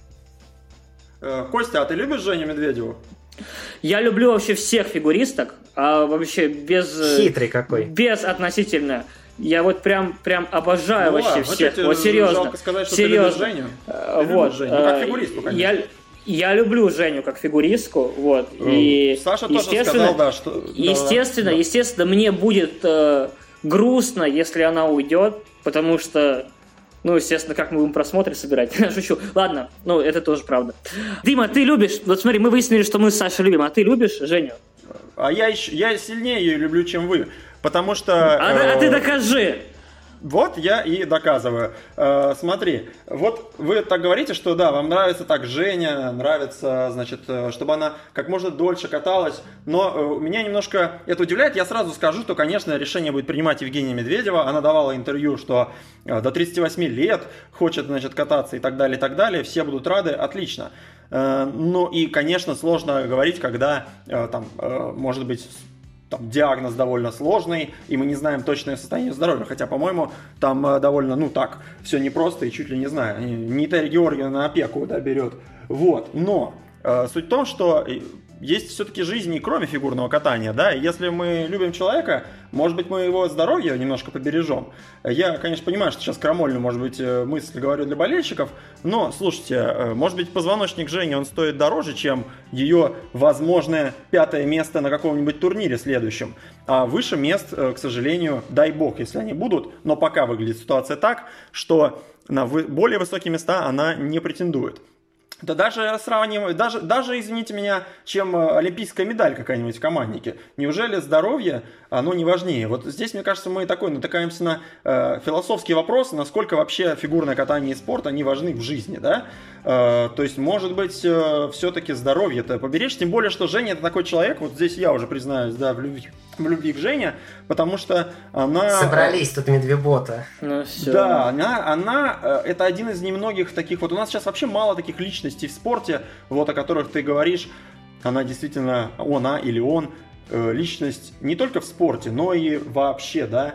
Костя, а ты любишь Женю Медведеву? Я люблю вообще всех фигуристок, а вообще без... Хитрый какой. Без относительно. Я вот прям, прям обожаю ну, вообще ладно, всех. Вот серьезно. Жалко сказать, что серьезно. ты любишь Женю. Ты вот. любишь Женю. Ну, как фигуристку, конечно. Я, я люблю Женю как фигуристку. Вот. И, Саша тоже сказал, да, что... Естественно, да. естественно, мне будет э, грустно, если она уйдет, потому что... Ну, естественно, как мы будем просмотры собирать. Шучу. Ладно, ну, это тоже правда. Дима, ты любишь... Вот смотри, мы выяснили, что мы с Сашей любим. А ты любишь Женю? А я, еще, я сильнее ее люблю, чем вы. Потому что... А, э, а ты докажи! Вот я и доказываю. Э, смотри, вот вы так говорите, что да, вам нравится так Женя, нравится, значит, чтобы она как можно дольше каталась, но э, меня немножко это удивляет. Я сразу скажу, что, конечно, решение будет принимать Евгения Медведева. Она давала интервью, что э, до тридцати восьми лет хочет, значит, кататься и так далее, и так далее. Все будут рады, отлично. Э, ну и, конечно, сложно говорить, когда э, там, э, может быть... Там диагноз довольно сложный, и мы не знаем точное состояние здоровья. Хотя, по-моему, там э, довольно, ну так, все непросто, и чуть ли не знаю, не Терри Георгиевна на опеку, да, берет. Вот, но э, суть в том, что есть все-таки жизнь и кроме фигурного катания, да, и если мы любим человека, может быть, мы его здоровье немножко побережем. Я, конечно, понимаю, что сейчас крамольную, может быть, мысль говорю для болельщиков, но, слушайте, может быть, позвоночник Жени, он стоит дороже, чем ее возможное пятое место на каком-нибудь турнире следующем. А выше мест, к сожалению, дай бог, если они будут, но пока выглядит ситуация так, что на более высокие места она не претендует. Да даже сравним, даже, даже, извините меня, чем олимпийская медаль какая-нибудь в команднике. Неужели здоровье, оно не важнее? Вот здесь, мне кажется, мы такой натыкаемся на э, философские вопросы, насколько вообще фигурное катание и спорт, они важны в жизни, да? Э, то есть, может быть, э, все-таки здоровье-то поберечь, тем более, что Женя это такой человек, вот здесь я уже признаюсь, да, в любви, в любви к Жене, потому что она... Собрались тут медвебота. Ну, все. Да, она, она, это один из немногих таких, вот у нас сейчас вообще мало таких личностей в спорте, вот о которых ты говоришь, она действительно, она или он, личность не только в спорте, но и вообще, да,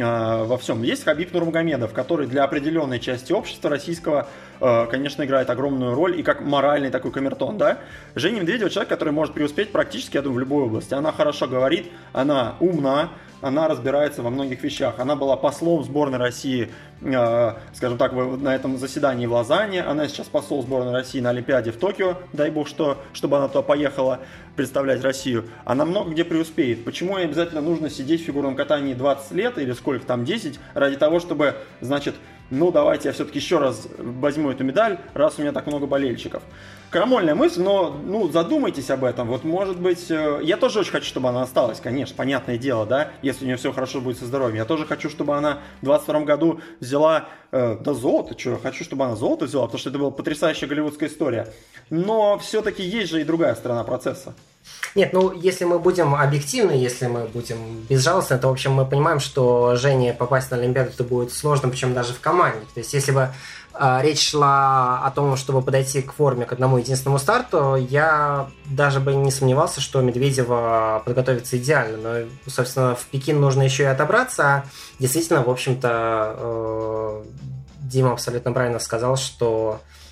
во всем. Есть Хабиб Нурмагомедов, который для определенной части общества российского, конечно, играет огромную роль и как моральный такой камертон, да. Женя Медведева человек, который может преуспеть практически, я думаю, в любой области. Она хорошо говорит, она умна, она разбирается во многих вещах. Она была послом сборной России, э, скажем так, на этом заседании в Лозанне. Она сейчас посол сборной России на Олимпиаде в Токио. Дай бог, что, чтобы она туда поехала представлять Россию. Она много где преуспеет. Почему ей обязательно нужно сидеть в фигурном катании двадцать лет или сколько там, десять, ради того, чтобы, значит, ну давайте я все-таки еще раз возьму эту медаль, раз у меня так много болельщиков. Крамольная мысль, но ну, задумайтесь об этом. Вот, может быть, я тоже очень хочу, чтобы она осталась, конечно, понятное дело, да, если у нее все хорошо будет со здоровьем. Я тоже хочу, чтобы она в двадцать втором году взяла, э, да золото, что, хочу, чтобы она золото взяла, потому что это была потрясающая голливудская история. Но все-таки есть же и другая сторона процесса. Нет, ну, если мы будем объективны, если мы будем безжалостны, то, в общем, мы понимаем, что Жене попасть на Олимпиаду это будет сложно, причем даже в команде. То есть, если бы э, речь шла о том, чтобы подойти к форме к одному единственному старту, я даже бы не сомневался, что Медведева подготовится идеально. Но, собственно, в Пекин нужно еще и отобраться. Действительно, в общем-то, э, Дима абсолютно правильно сказал, что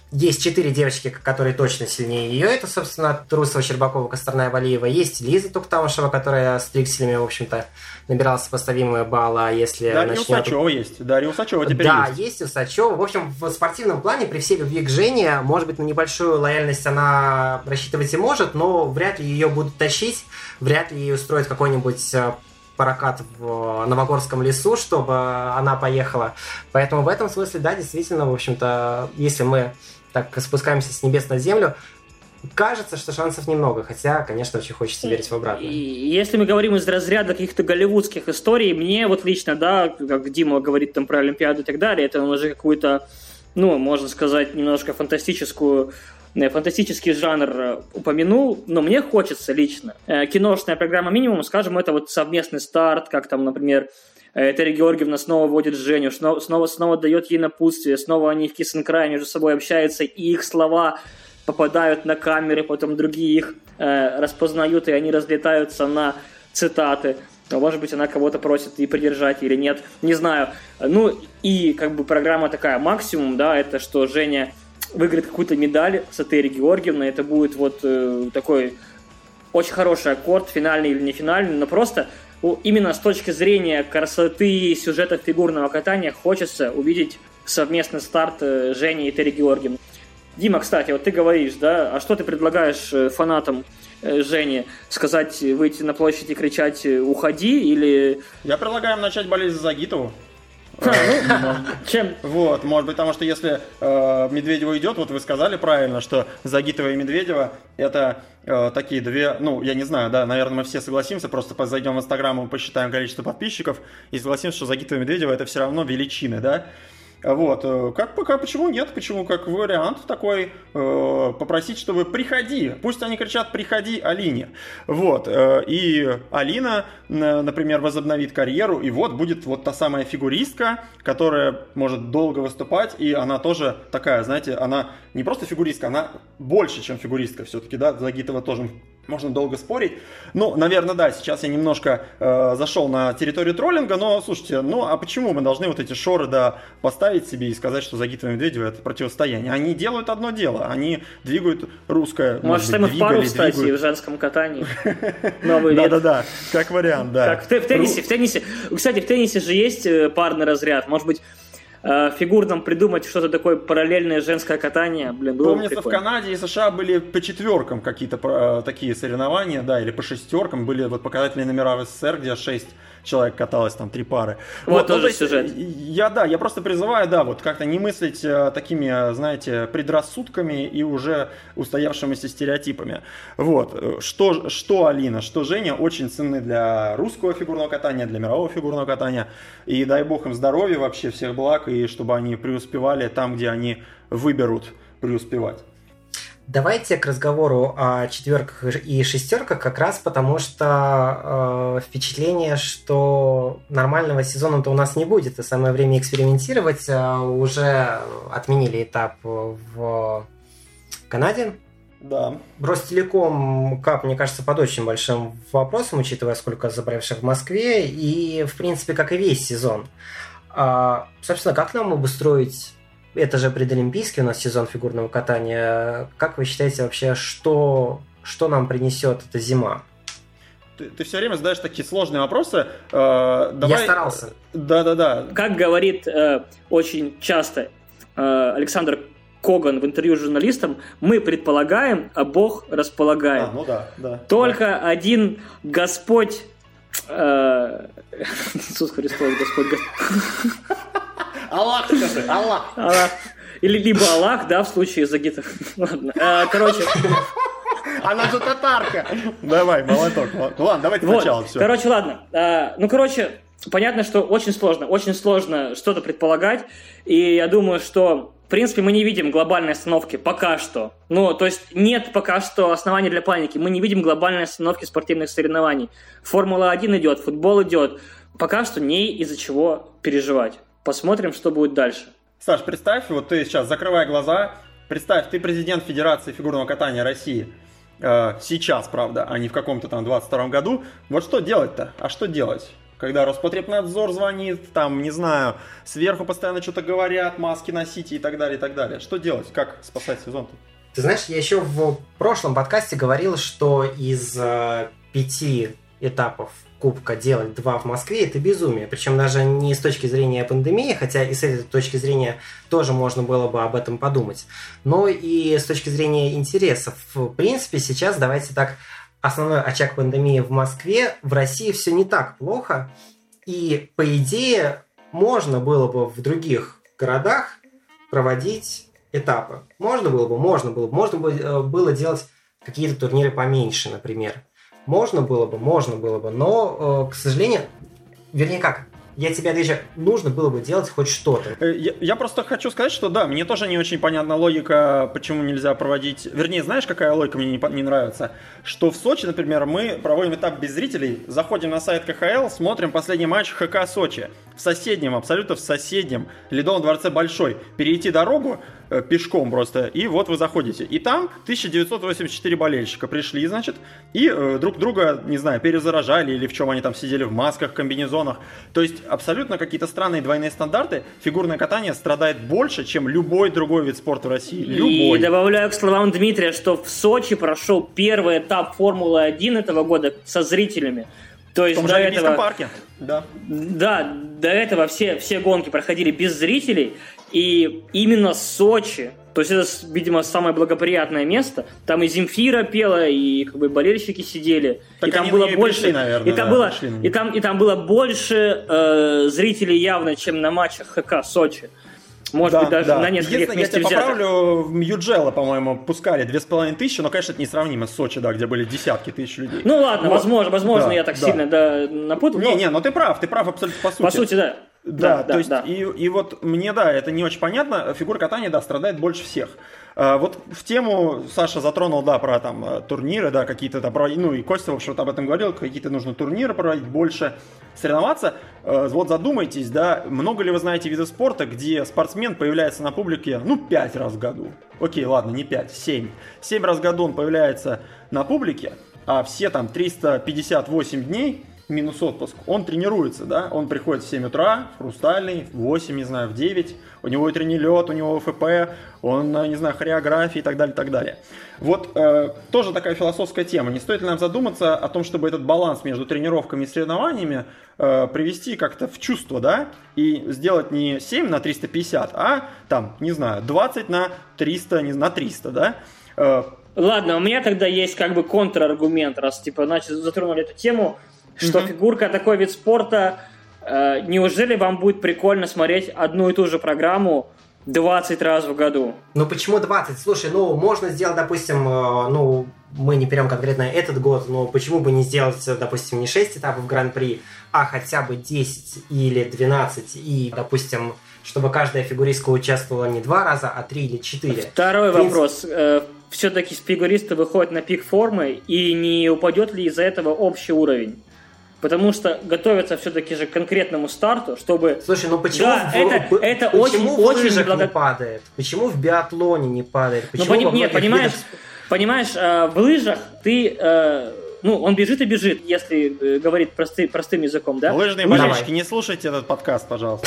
есть четыре девочки, которые точно сильнее ее. Это, собственно, Трусова, Щербакова, Косторная, Валиева. Есть Лиза Туктамышева, которая с трикселями, в общем-то, набирала сопоставимые баллы. А если Дарья начнет... Усачева есть. Дарья Усачева теперь да, есть. Да, есть Усачева. В общем, в спортивном плане, при всей любви к Жене, может быть, на небольшую лояльность она рассчитывать и может, но вряд ли ее будут тащить, вряд ли ей устроят какой-нибудь прокат в Новогорском лесу, чтобы она поехала. Поэтому в этом смысле, да, действительно, в общем-то, если мы так спускаемся с небес на землю, кажется, что шансов немного, хотя, конечно, очень хочется верить в обратное. Если мы говорим из разряда каких-то голливудских историй, мне вот лично, да, как Дима говорит там про Олимпиаду и так далее, это уже какую-то, ну, можно сказать, немножко фантастическую фантастический жанр упомянул, но мне хочется лично. Киношная программа «Минимум», скажем, это вот совместный старт, как там, например, Терри Георгиевна снова вводит Женю, снова, снова, снова дает ей напутствие, снова они в киss-and-cry между собой общаются, и их слова попадают на камеры, потом другие их э, распознают, и они разлетаются на цитаты. Может быть, она кого-то просит и придержать или нет, не знаю. Ну, и как бы программа такая максимум, да, это что Женя выиграет какую-то медаль с Терри Георгиевной, это будет вот э, такой очень хороший аккорд, финальный или не финальный, но просто именно с точки зрения красоты сюжета фигурного катания хочется увидеть совместный старт Жени и Терри Георгиевны. Дима, кстати, вот ты говоришь, да, а что ты предлагаешь фанатам Жени? Сказать, выйти на площадь и кричать «Уходи» или... Я предлагаю им начать болеть за Загитову. А, ну, чем? Вот, может быть, потому что если э, Медведева идет, вот вы сказали правильно, что Загитова и Медведева это э, такие две, ну, я не знаю, да, наверное, мы все согласимся, просто зайдем в Инстаграм и посчитаем количество подписчиков и согласимся, что Загитова и Медведева это все равно величины, да. Вот, как пока, почему нет, почему как вариант такой, э, попросить, чтобы приходи, пусть они кричат приходи Алине, вот, э, и Алина, э, например, возобновит карьеру, и вот будет вот та самая фигуристка, которая может долго выступать, и она тоже такая, знаете, она не просто фигуристка, она больше, чем фигуристка все-таки, да, Загитова тоже можно долго спорить. Ну, наверное, да, сейчас я немножко э, зашел на территорию троллинга, но, слушайте, ну, а почему мы должны вот эти шоры, да, поставить себе и сказать, что Загитова и Медведева это противостояние? Они делают одно дело, они двигают русское... Может, там в пару, кстати, в женском катании. Новый вид. Да-да-да, как вариант, да. Как в теннисе, в теннисе. Кстати, в теннисе же есть парный разряд, может быть, фигурным придумать что-то такое параллельное женское катание, блин, было Помнится, прикольно. В Канаде и США были по четверкам какие-то э, такие соревнования, да, или по шестеркам, были вот показательные номера в СССР, где шесть человек каталось, там три пары. Вот, вот тоже ну, сюжет. Я, да, я просто призываю, да, вот как-то не мыслить э, такими, знаете, предрассудками и уже устоявшимися стереотипами. Вот, что, что Алина, что Женя очень ценны для русского фигурного катания, для мирового фигурного катания, и дай бог им здоровья вообще, всех благ, и чтобы они преуспевали там, где они выберут преуспевать. Давайте к разговору о четверках и шестерках, как раз потому что э, впечатление, что нормального сезона-то у нас не будет, и самое время экспериментировать. Э, уже отменили этап в Канаде. Да. Ростелеком Кап, мне кажется, под очень большим вопросом, учитывая, сколько заболевших в Москве, и, в принципе, как и весь сезон. А, собственно, как нам обустроить... Это же предолимпийский у нас сезон фигурного катания. Как вы считаете вообще, что, что нам принесет эта зима? Ты, ты все время задаешь такие сложные вопросы. Э, давай... Я старался. Да-да-да. Как говорит э, очень часто э, Александр Коган в интервью с журналистом, мы предполагаем, а Бог располагает. А, ну да, да. Только да. один Господь... Э, Иисус Христос, Господь... Аллах, скажи, Аллах. Аллах. Или либо Аллах, да, в случае Загитов. Ладно, а, короче. Она же татарка. Давай, молоток. Ладно, давайте вот. сначала все. Короче, ладно. А, ну, короче, понятно, что очень сложно. Очень сложно что-то предполагать. И я думаю, что, в принципе, мы не видим глобальной остановки пока что. Ну, то есть нет пока что оснований для паники. Мы не видим глобальной остановки спортивных соревнований. Формула один идет, футбол идет. Пока что не из-за чего переживать. Посмотрим, что будет дальше. Саш, представь, вот ты сейчас, закрывай глаза, представь, ты президент Федерации фигурного катания России. Э, сейчас, правда, а не в каком-то там двадцать втором году. Вот что делать-то? А что делать? Когда Роспотребнадзор звонит, там, не знаю, сверху постоянно что-то говорят, маски носите и так далее, и так далее. Что делать? Как спасать сезон-то? Ты знаешь, я еще в прошлом подкасте говорил, что из э, пяти этапов Кубка делать два в Москве – это безумие. Причем даже не с точки зрения пандемии, хотя и с этой точки зрения тоже можно было бы об этом подумать, но и с точки зрения интересов. В принципе, сейчас давайте так, основной очаг пандемии в Москве, в России все не так плохо, и по идее можно было бы в других городах проводить этапы. Можно было бы, можно было бы, можно было делать какие-то турниры поменьше, например. Можно было бы, можно было бы, но, к сожалению, вернее как, я тебе отвечу, нужно было бы делать хоть что-то. Я, я просто хочу сказать, что да, мне тоже не очень понятна логика, почему нельзя проводить... Вернее, знаешь, какая логика мне не, не нравится? Что в Сочи, например, мы проводим этап без зрителей, заходим на сайт ка ха эл, смотрим последний матч ха ка Сочи. В соседнем, абсолютно в соседнем Ледовом дворце Большой. Перейти дорогу э, пешком просто, и вот вы заходите. И там тысяча девятьсот восемьдесят четыре болельщика пришли, значит, и э, друг друга, не знаю, перезаражали, или в чем они там сидели, в масках, комбинезонах. То есть абсолютно какие-то странные двойные стандарты. Фигурное катание страдает больше, чем любой другой вид спорта в России. Любой. И добавляю к словам Дмитрия, что в Сочи прошел первый этап Формулы один этого года со зрителями. То есть в том до же Олимпийском этого, парке. Да. Да, до этого все, все гонки проходили без зрителей. И именно Сочи, то есть это, видимо, самое благоприятное место. Там и Земфира пела, и как бы болельщики сидели. Так и там они было на нее больше, пришли, наверное, и там да, было, пришли на и там, и там было больше э, зрителей явно, чем на матчах ха ка Сочи. Может да, быть, даже да. на нескольких Единственное, я вместе тебя взятых. поправлю, в Юджело, по-моему, пускали две с половиной тысячи, но, конечно, это несравнимо с Сочи, да, где были десятки тысяч людей. Ну ладно, вот. возможно, возможно, да, я так да. сильно да, напутал. Не, не, но ты прав, ты прав абсолютно по сути. По сути, да. Да, Да, то да, есть, да. И, и вот мне, да, это не очень понятно, фигура катания, да, страдает больше всех. А, вот в тему Саша затронул, да, про там турниры, да, какие-то там, ну и Костя, в общем, об этом говорил, какие-то нужно турниры проводить, больше соревноваться. А, вот задумайтесь, да, много ли вы знаете видов спорта, где спортсмен появляется на публике, ну, пять раз в году. Окей, ладно, не пять, семь. семь раз в году он появляется на публике, а все там триста пятьдесят восемь дней, минус отпуск, он тренируется, да, он приходит в семь утра, в Хрустальный, в восемь, не знаю, в девять, у него утренний лед, у него эф пэ, он, не знаю, хореография и так далее, и так далее. Вот э, тоже такая философская тема. Не стоит ли нам задуматься о том, чтобы этот баланс между тренировками и соревнованиями э, привести как-то в чувство, да, и сделать не семь на триста пятьдесят, а там, не знаю, двадцать на триста, не на триста, да. Э, Ладно, у меня тогда есть как бы контраргумент, раз типа, значит, затронули эту тему, что mm-hmm. фигурка такой вид спорта, э, неужели вам будет прикольно смотреть одну и ту же программу двадцать раз в году? Ну почему двадцать? Слушай, ну можно сделать, допустим, э, ну мы не берем конкретно этот год, но почему бы не сделать, допустим, не шесть этапов Гран-при, а хотя бы десять или двенадцать, и, допустим, чтобы каждая фигуристка участвовала не два раза, а три или четыре. Второй принципе... вопрос. Э, все-таки фигуристы выходят на пик формы, и не упадет ли из-за этого общий уровень? Потому что готовятся все-таки же к конкретному старту, чтобы... Слушай, ну почему, да, в, это, в, это почему очень, в очень лыжах благо... не падает? Почему в биатлоне не падает? Почему ну, во пони... Нет, понимаешь, видах... понимаешь э, в лыжах ты... Э, ну, он бежит и бежит, если э, говорить просты, простым языком, да? Лыжные Лыжи... болельщики, не слушайте этот подкаст, пожалуйста.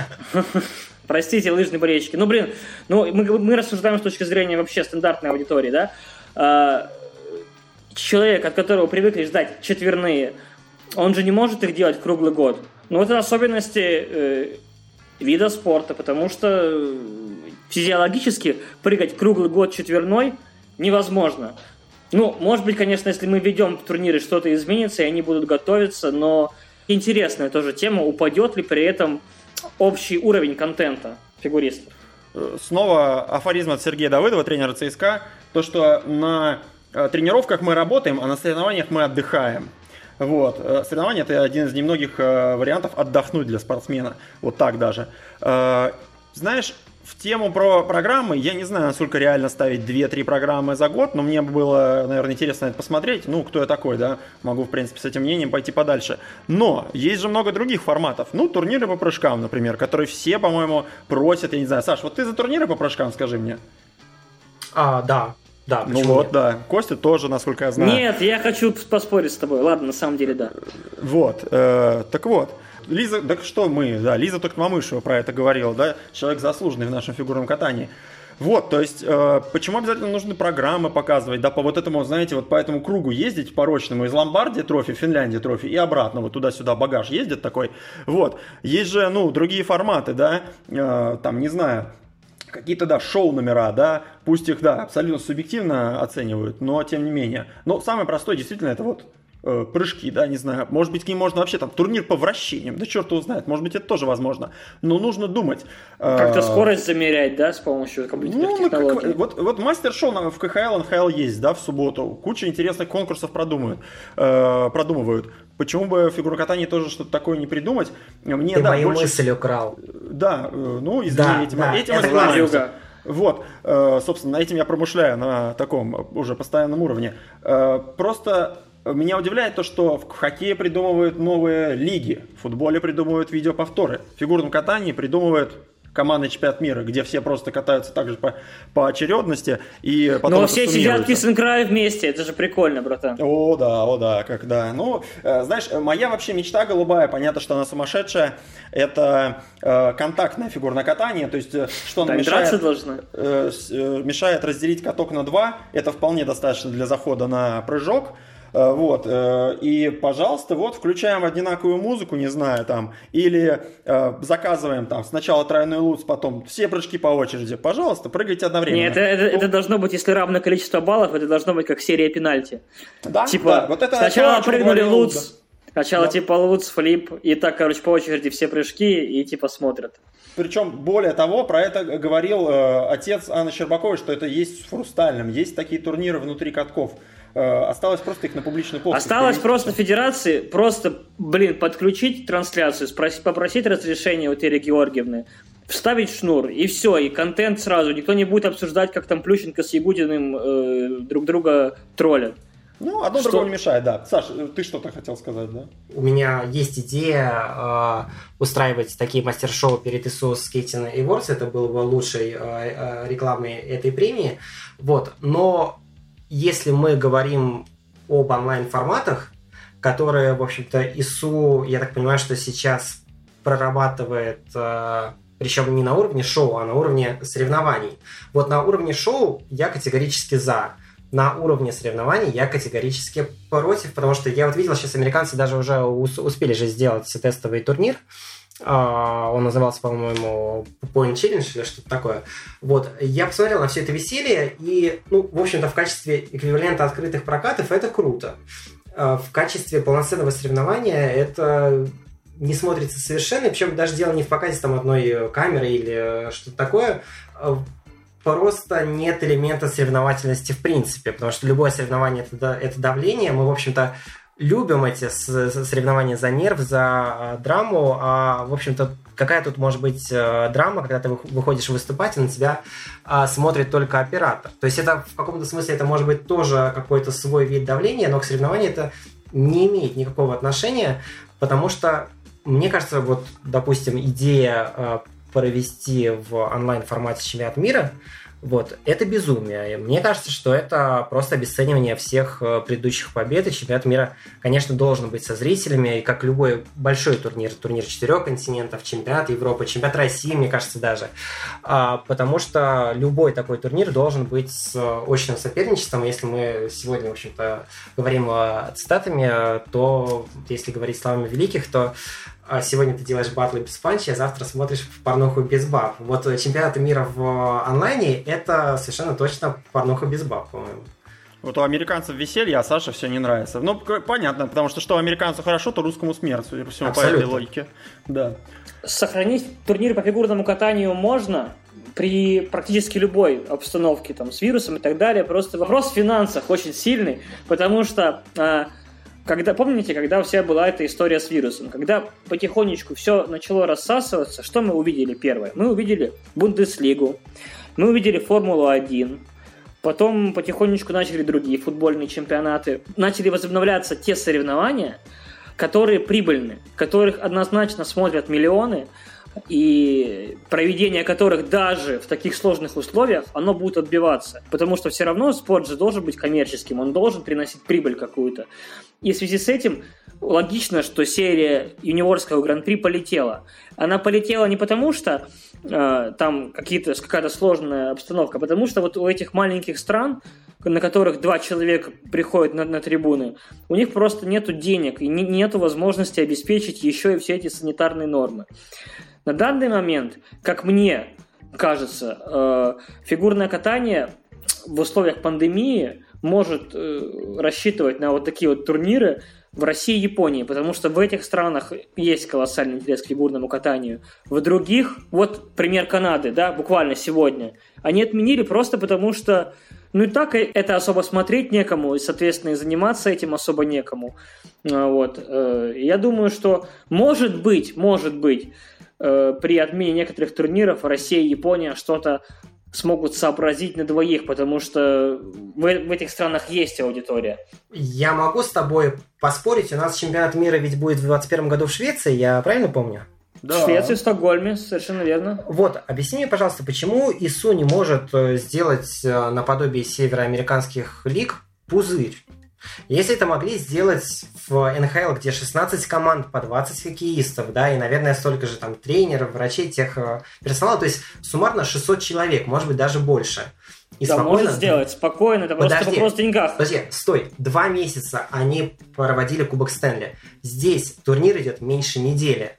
Простите, лыжные болельщики. Ну, блин, ну, мы, мы рассуждаем с точки зрения вообще стандартной аудитории, да? А, человек, от которого привыкли ждать четверные, он же не может их делать круглый год. Ну, это особенности э, вида спорта, потому что физиологически прыгать круглый год четверной невозможно. Ну, может быть, конечно, если мы ведем турниры, что-то изменится, и они будут готовиться, но интересная тоже тема, упадет ли при этом общий уровень контента фигуристов. Снова афоризм от Сергея Давыдова, тренера ЦСКА, то, что на тренировках мы работаем, а на соревнованиях мы отдыхаем. Вот. Соревнования – это один из немногих вариантов отдохнуть для спортсмена. Вот так даже. Знаешь, в тему про программы, я не знаю, насколько реально ставить две-три программы за год, но мне было, наверное, интересно это посмотреть. Ну, кто я такой, да? Могу, в принципе, с этим мнением пойти подальше. Но есть же много других форматов. Ну, турниры по прыжкам, например, которые все, по-моему, просят. Я не знаю, Саш, вот ты за турниры по прыжкам, скажи мне. А, да. Да, ну вот, нет? Да. Костя тоже, насколько я знаю. Нет, я хочу поспорить с тобой. Ладно, на самом деле, да. Вот, э, так вот. Лиза, так что мы, да, Лиза Токмамышева про это говорила, да, человек заслуженный в нашем фигурном катании. Вот, то есть, э, почему обязательно нужны программы показывать, да, по вот этому, знаете, вот по этому кругу ездить порочному из Ломбардии трофи, Финляндии трофи и обратно, вот туда-сюда багаж ездит такой, вот. Есть же, ну, другие форматы, да, э, там, не знаю, какие-то, да, шоу-номера, да, пусть их, да, абсолютно субъективно оценивают, но тем не менее. Но самое простое, действительно, это вот э, прыжки, да, не знаю, может быть, к ним можно вообще там турнир по вращениям, да черт его знает, может быть, это тоже возможно, но нужно думать. Э, Как-то скорость замерять, да, с помощью компьютерных ну, технологий. Как, вот, вот мастер-шоу в ка ха эл, эн ха эл есть, да, в субботу, куча интересных конкурсов продумывают, э, продумывают. Почему бы в фигурокатании тоже что-то такое не придумать? Мне, Ты да, мою больше... мысль украл. Да, ну, извини, да, этим, да, этим это занимаемся. Вот, э, собственно, этим я промышляю на таком уже постоянном уровне. Э, просто меня удивляет то, что в хоккее придумывают новые лиги, в футболе придумывают видеоповторы, в фигурном катании придумывают командный чемпионат мира, где все просто катаются также по, по очередности и потом. Но все сидят в Киссинг-крае вместе, это же прикольно, братан. О, да, о, да, как да. Ну, э, знаешь, моя вообще мечта голубая, понятно, что она сумасшедшая, это э, контактное фигурное катание, то есть, э, что она мешает, должна. Э, э, мешает разделить каток на два, это вполне достаточно для захода на прыжок. Вот, и, пожалуйста, вот, включаем одинаковую музыку, не знаю, там, или э, заказываем там сначала тройной луц, потом все прыжки по очереди, пожалуйста, прыгайте одновременно. Нет, это, это, ну, это должно быть, если равное количество баллов, это должно быть как серия пенальти. Да, типа, да, вот это сначала прыгнули луц, да. Сначала да. типа луц, флип, и так, короче, по очереди все прыжки, и типа смотрят. Причем, более того, про это говорил э, отец Анны Щербаковой, что это есть в хрустальном, есть такие турниры внутри катков. Осталось просто их на публичную площадь. Осталось просто федерации просто, блин, подключить трансляцию, спросить, попросить разрешения у Терри Георгиевны, вставить шнур, и все, и контент сразу. Никто не будет обсуждать, как там Плющенко с Ягудиным э, друг друга троллят. Ну, одно другому не мешает, да. Саш, ты что-то хотел сказать, да? У меня есть идея э, устраивать такие мастер-шоу перед ИСУ Skating Awards. Это было бы лучшей э, э, рекламой этой премии. Вот, но если мы говорим об онлайн-форматах, которые, в общем-то, ИСУ, я так понимаю, что сейчас прорабатывает, э, причем не на уровне шоу, а на уровне соревнований. Вот на уровне шоу я категорически за. На уровне соревнований я категорически против, потому что я вот видел, сейчас американцы даже уже успели же сделать тестовый турнир. Он назывался, по-моему, Point Challenge или что-то такое. Вот. Я посмотрел на все это веселье, и, ну, в общем-то, в качестве эквивалента открытых прокатов это круто. В качестве полноценного соревнования это не смотрится совершенно, причем даже дело не в показе там одной камеры или что-то такое. Просто нет элемента соревновательности в принципе, потому что любое соревнование это, это давление. Мы, в общем-то, любим эти соревнования за нерв, за драму, а, в общем-то, какая тут может быть драма, когда ты выходишь выступать, и на тебя а, смотрит только оператор. То есть это в каком-то смысле это может быть тоже какой-то свой вид давления, но к соревнованию это не имеет никакого отношения, потому что, мне кажется, вот, допустим, идея а, провести в онлайн-формате чемпионат мира, вот, это безумие. Мне кажется, что это просто обесценивание всех предыдущих побед, и чемпионат мира, конечно, должен быть со зрителями, и как любой большой турнир, турнир четырех континентов, чемпионат Европы, чемпионат России, мне кажется, даже, а, потому что любой такой турнир должен быть с очным соперничеством. Если мы сегодня, в общем-то, говорим цитатами, то, если говорить словами великих, то сегодня ты делаешь батлы без панча, а завтра смотришь порнуху без баб. Вот чемпионаты мира в онлайне — это совершенно точно порнуха без баб, по-моему. Вот у американцев веселье, а Саше все не нравится. Ну, понятно, потому что что американцу хорошо, то русскому смерть, судя по всему, по этой логике. Да. Сохранить турнир по фигурному катанию можно при практически любой обстановке, там, с вирусом и так далее. Просто вопрос в финансах очень сильный, потому что... Когда, помните, когда вся была эта история с вирусом, когда потихонечку все начало рассасываться, что мы увидели первое? Мы увидели Бундеслигу, мы увидели Формулу один, потом потихонечку начали другие футбольные чемпионаты, начали возобновляться те соревнования, которые прибыльны, которых однозначно смотрят миллионы, и проведение которых даже в таких сложных условиях, оно будет отбиваться. Потому что все равно спорт же должен быть коммерческим, он должен приносить прибыль какую-то. И в связи с этим логично, что серия юниорского гран-при полетела. Она полетела не потому, что э, там какие-то, какая-то сложная обстановка, а потому что вот у этих маленьких стран, на которых два человека приходят на, на трибуны, у них просто нету денег и не, нету возможности обеспечить еще и все эти санитарные нормы. На данный момент, как мне кажется, э, фигурное катание в условиях пандемии может э, рассчитывать на вот такие вот турниры в России и Японии, потому что в этих странах есть колоссальный интерес к фигурному катанию. В других, вот пример Канады, да, буквально сегодня, они отменили просто потому, что ну и так это особо смотреть некому, и, соответственно, и заниматься этим особо некому. Вот. Я думаю, что может быть, может быть, при отмене некоторых турниров Россия и Япония что-то смогут сообразить на двоих, потому что в, в этих странах есть аудитория. Я могу с тобой поспорить, у нас чемпионат мира ведь будет в двадцать первом году в Швеции, я правильно помню? Да. В Швеции, в Стокгольме, совершенно верно. Вот, объясни мне, пожалуйста, почему ИСУ не может сделать наподобие североамериканских лиг пузырь? Если это могли сделать в эн ха эл, где шестнадцать команд по двадцать хоккеистов, да, и, наверное, столько же там тренеров, врачей, тех персонала, то есть суммарно шестьсот человек, может быть, даже больше. И да, спокойно... может сделать, спокойно, это подожди, просто вопрос в деньгах. Подожди, стой, два месяца они проводили Кубок Стэнли. Здесь турнир идет меньше недели.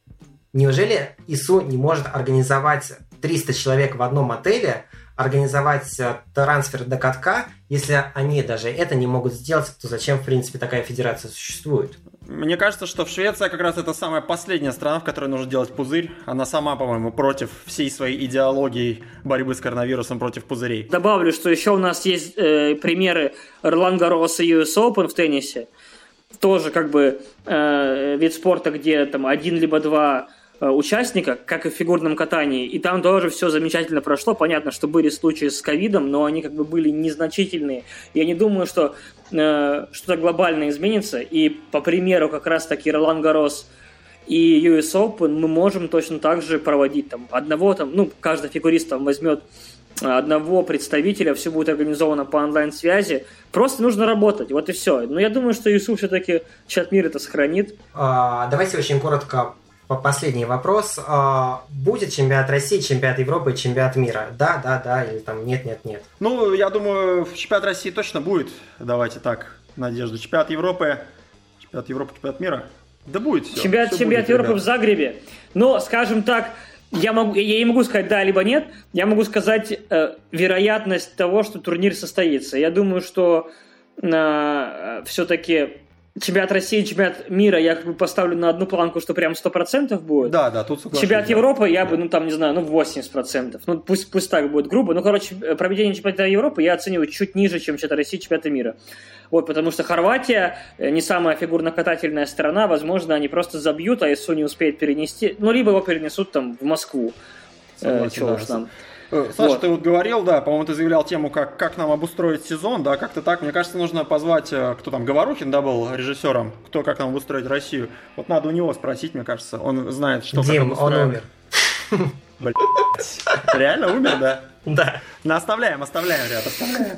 Неужели ИСУ не может организовать триста человек в одном отеле, организовать трансфер до катка? Если они даже это не могут сделать, то зачем, в принципе, такая федерация существует? Мне кажется, что в Швеции как раз это самая последняя страна, в которой нужно делать пузырь. Она сама, по-моему, против всей своей идеологии борьбы с коронавирусом, против пузырей. Добавлю, что еще у нас есть э, примеры Ролан Гаррос и ю эс Open в теннисе. Тоже как бы э, вид спорта, где там один либо два участника, как и в фигурном катании, и там тоже все замечательно прошло. Понятно, что были случаи с ковидом, но они как бы были незначительные. Я не думаю, что э, что-то глобально изменится, и по примеру как раз-таки Ролан Гаррос и ю эс Open мы можем точно так же проводить там одного, там, ну, каждый фигурист там возьмет одного представителя, все будет организовано по онлайн-связи. Просто нужно работать, вот и все. Но я думаю, что ИСУ все-таки чемпионат мира это сохранит. А, давайте очень коротко последний вопрос. Будет чемпионат России, чемпионат Европы и чемпионат мира? Да, да, да, или там нет, нет, нет? Ну, я думаю, чемпионат России точно будет. Давайте так, надежду. Чемпионат Европы, чемпионат Европы, чемпионат мира. Да будет все. Чемпионат, все чемпионат будет, Европы ребят. в Загребе. Но, скажем так, я, могу, я не могу сказать да либо нет. Я могу сказать э, вероятность того, что турнир состоится. Я думаю, что э, все-таки... Чемпионат России и чемпионат мира я как бы поставлю на одну планку, что прям сто процентов будет. Да, да, тут соглашусь. Чемпионат да. Европы я бы, ну там, не знаю, ну восемьдесят процентов. Ну пусть, пусть так будет грубо. Ну, короче, проведение чемпионата Европы я оцениваю чуть ниже, чем чемпионат России и чемпионата мира. Вот, потому что Хорватия не самая фигурно-катательная страна. Возможно, они просто забьют, а ИСУ не успеет перенести. Ну, либо его перенесут там в Москву. Согласен, э, чего да. уж там. Саша, вот. Ты вот говорил, да, по-моему, ты заявлял тему, как, как нам обустроить сезон, да, как-то так. Мне кажется, нужно позвать, кто там, Говорухин, да, был режиссером, кто как нам обустроить Россию. Вот надо у него спросить, мне кажется, он знает, что Дим, как он умер. Блять, реально умер, да? Да. Ну, оставляем, оставляем, ребят, оставляем.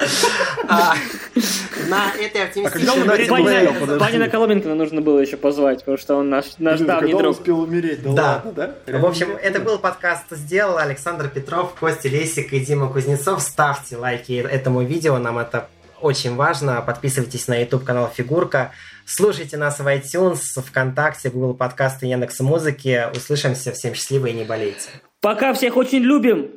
На этой оптимистичной Панина Коломенкина нужно было еще позвать, потому что он наш давний друг. Когда успел умереть, да ладно, да? В общем, это был подкаст «Сделал» Александр Петров, Костя Лесик и Дима Кузнецов. Ставьте лайки этому видео, нам это очень важно. Подписывайтесь на YouTube-канал «Фигурка». Слушайте нас в iTunes, ВКонтакте, Google подкасты, Яндекс.Музыки. Услышимся. Всем счастливо и не болейте. Пока, всех очень любим.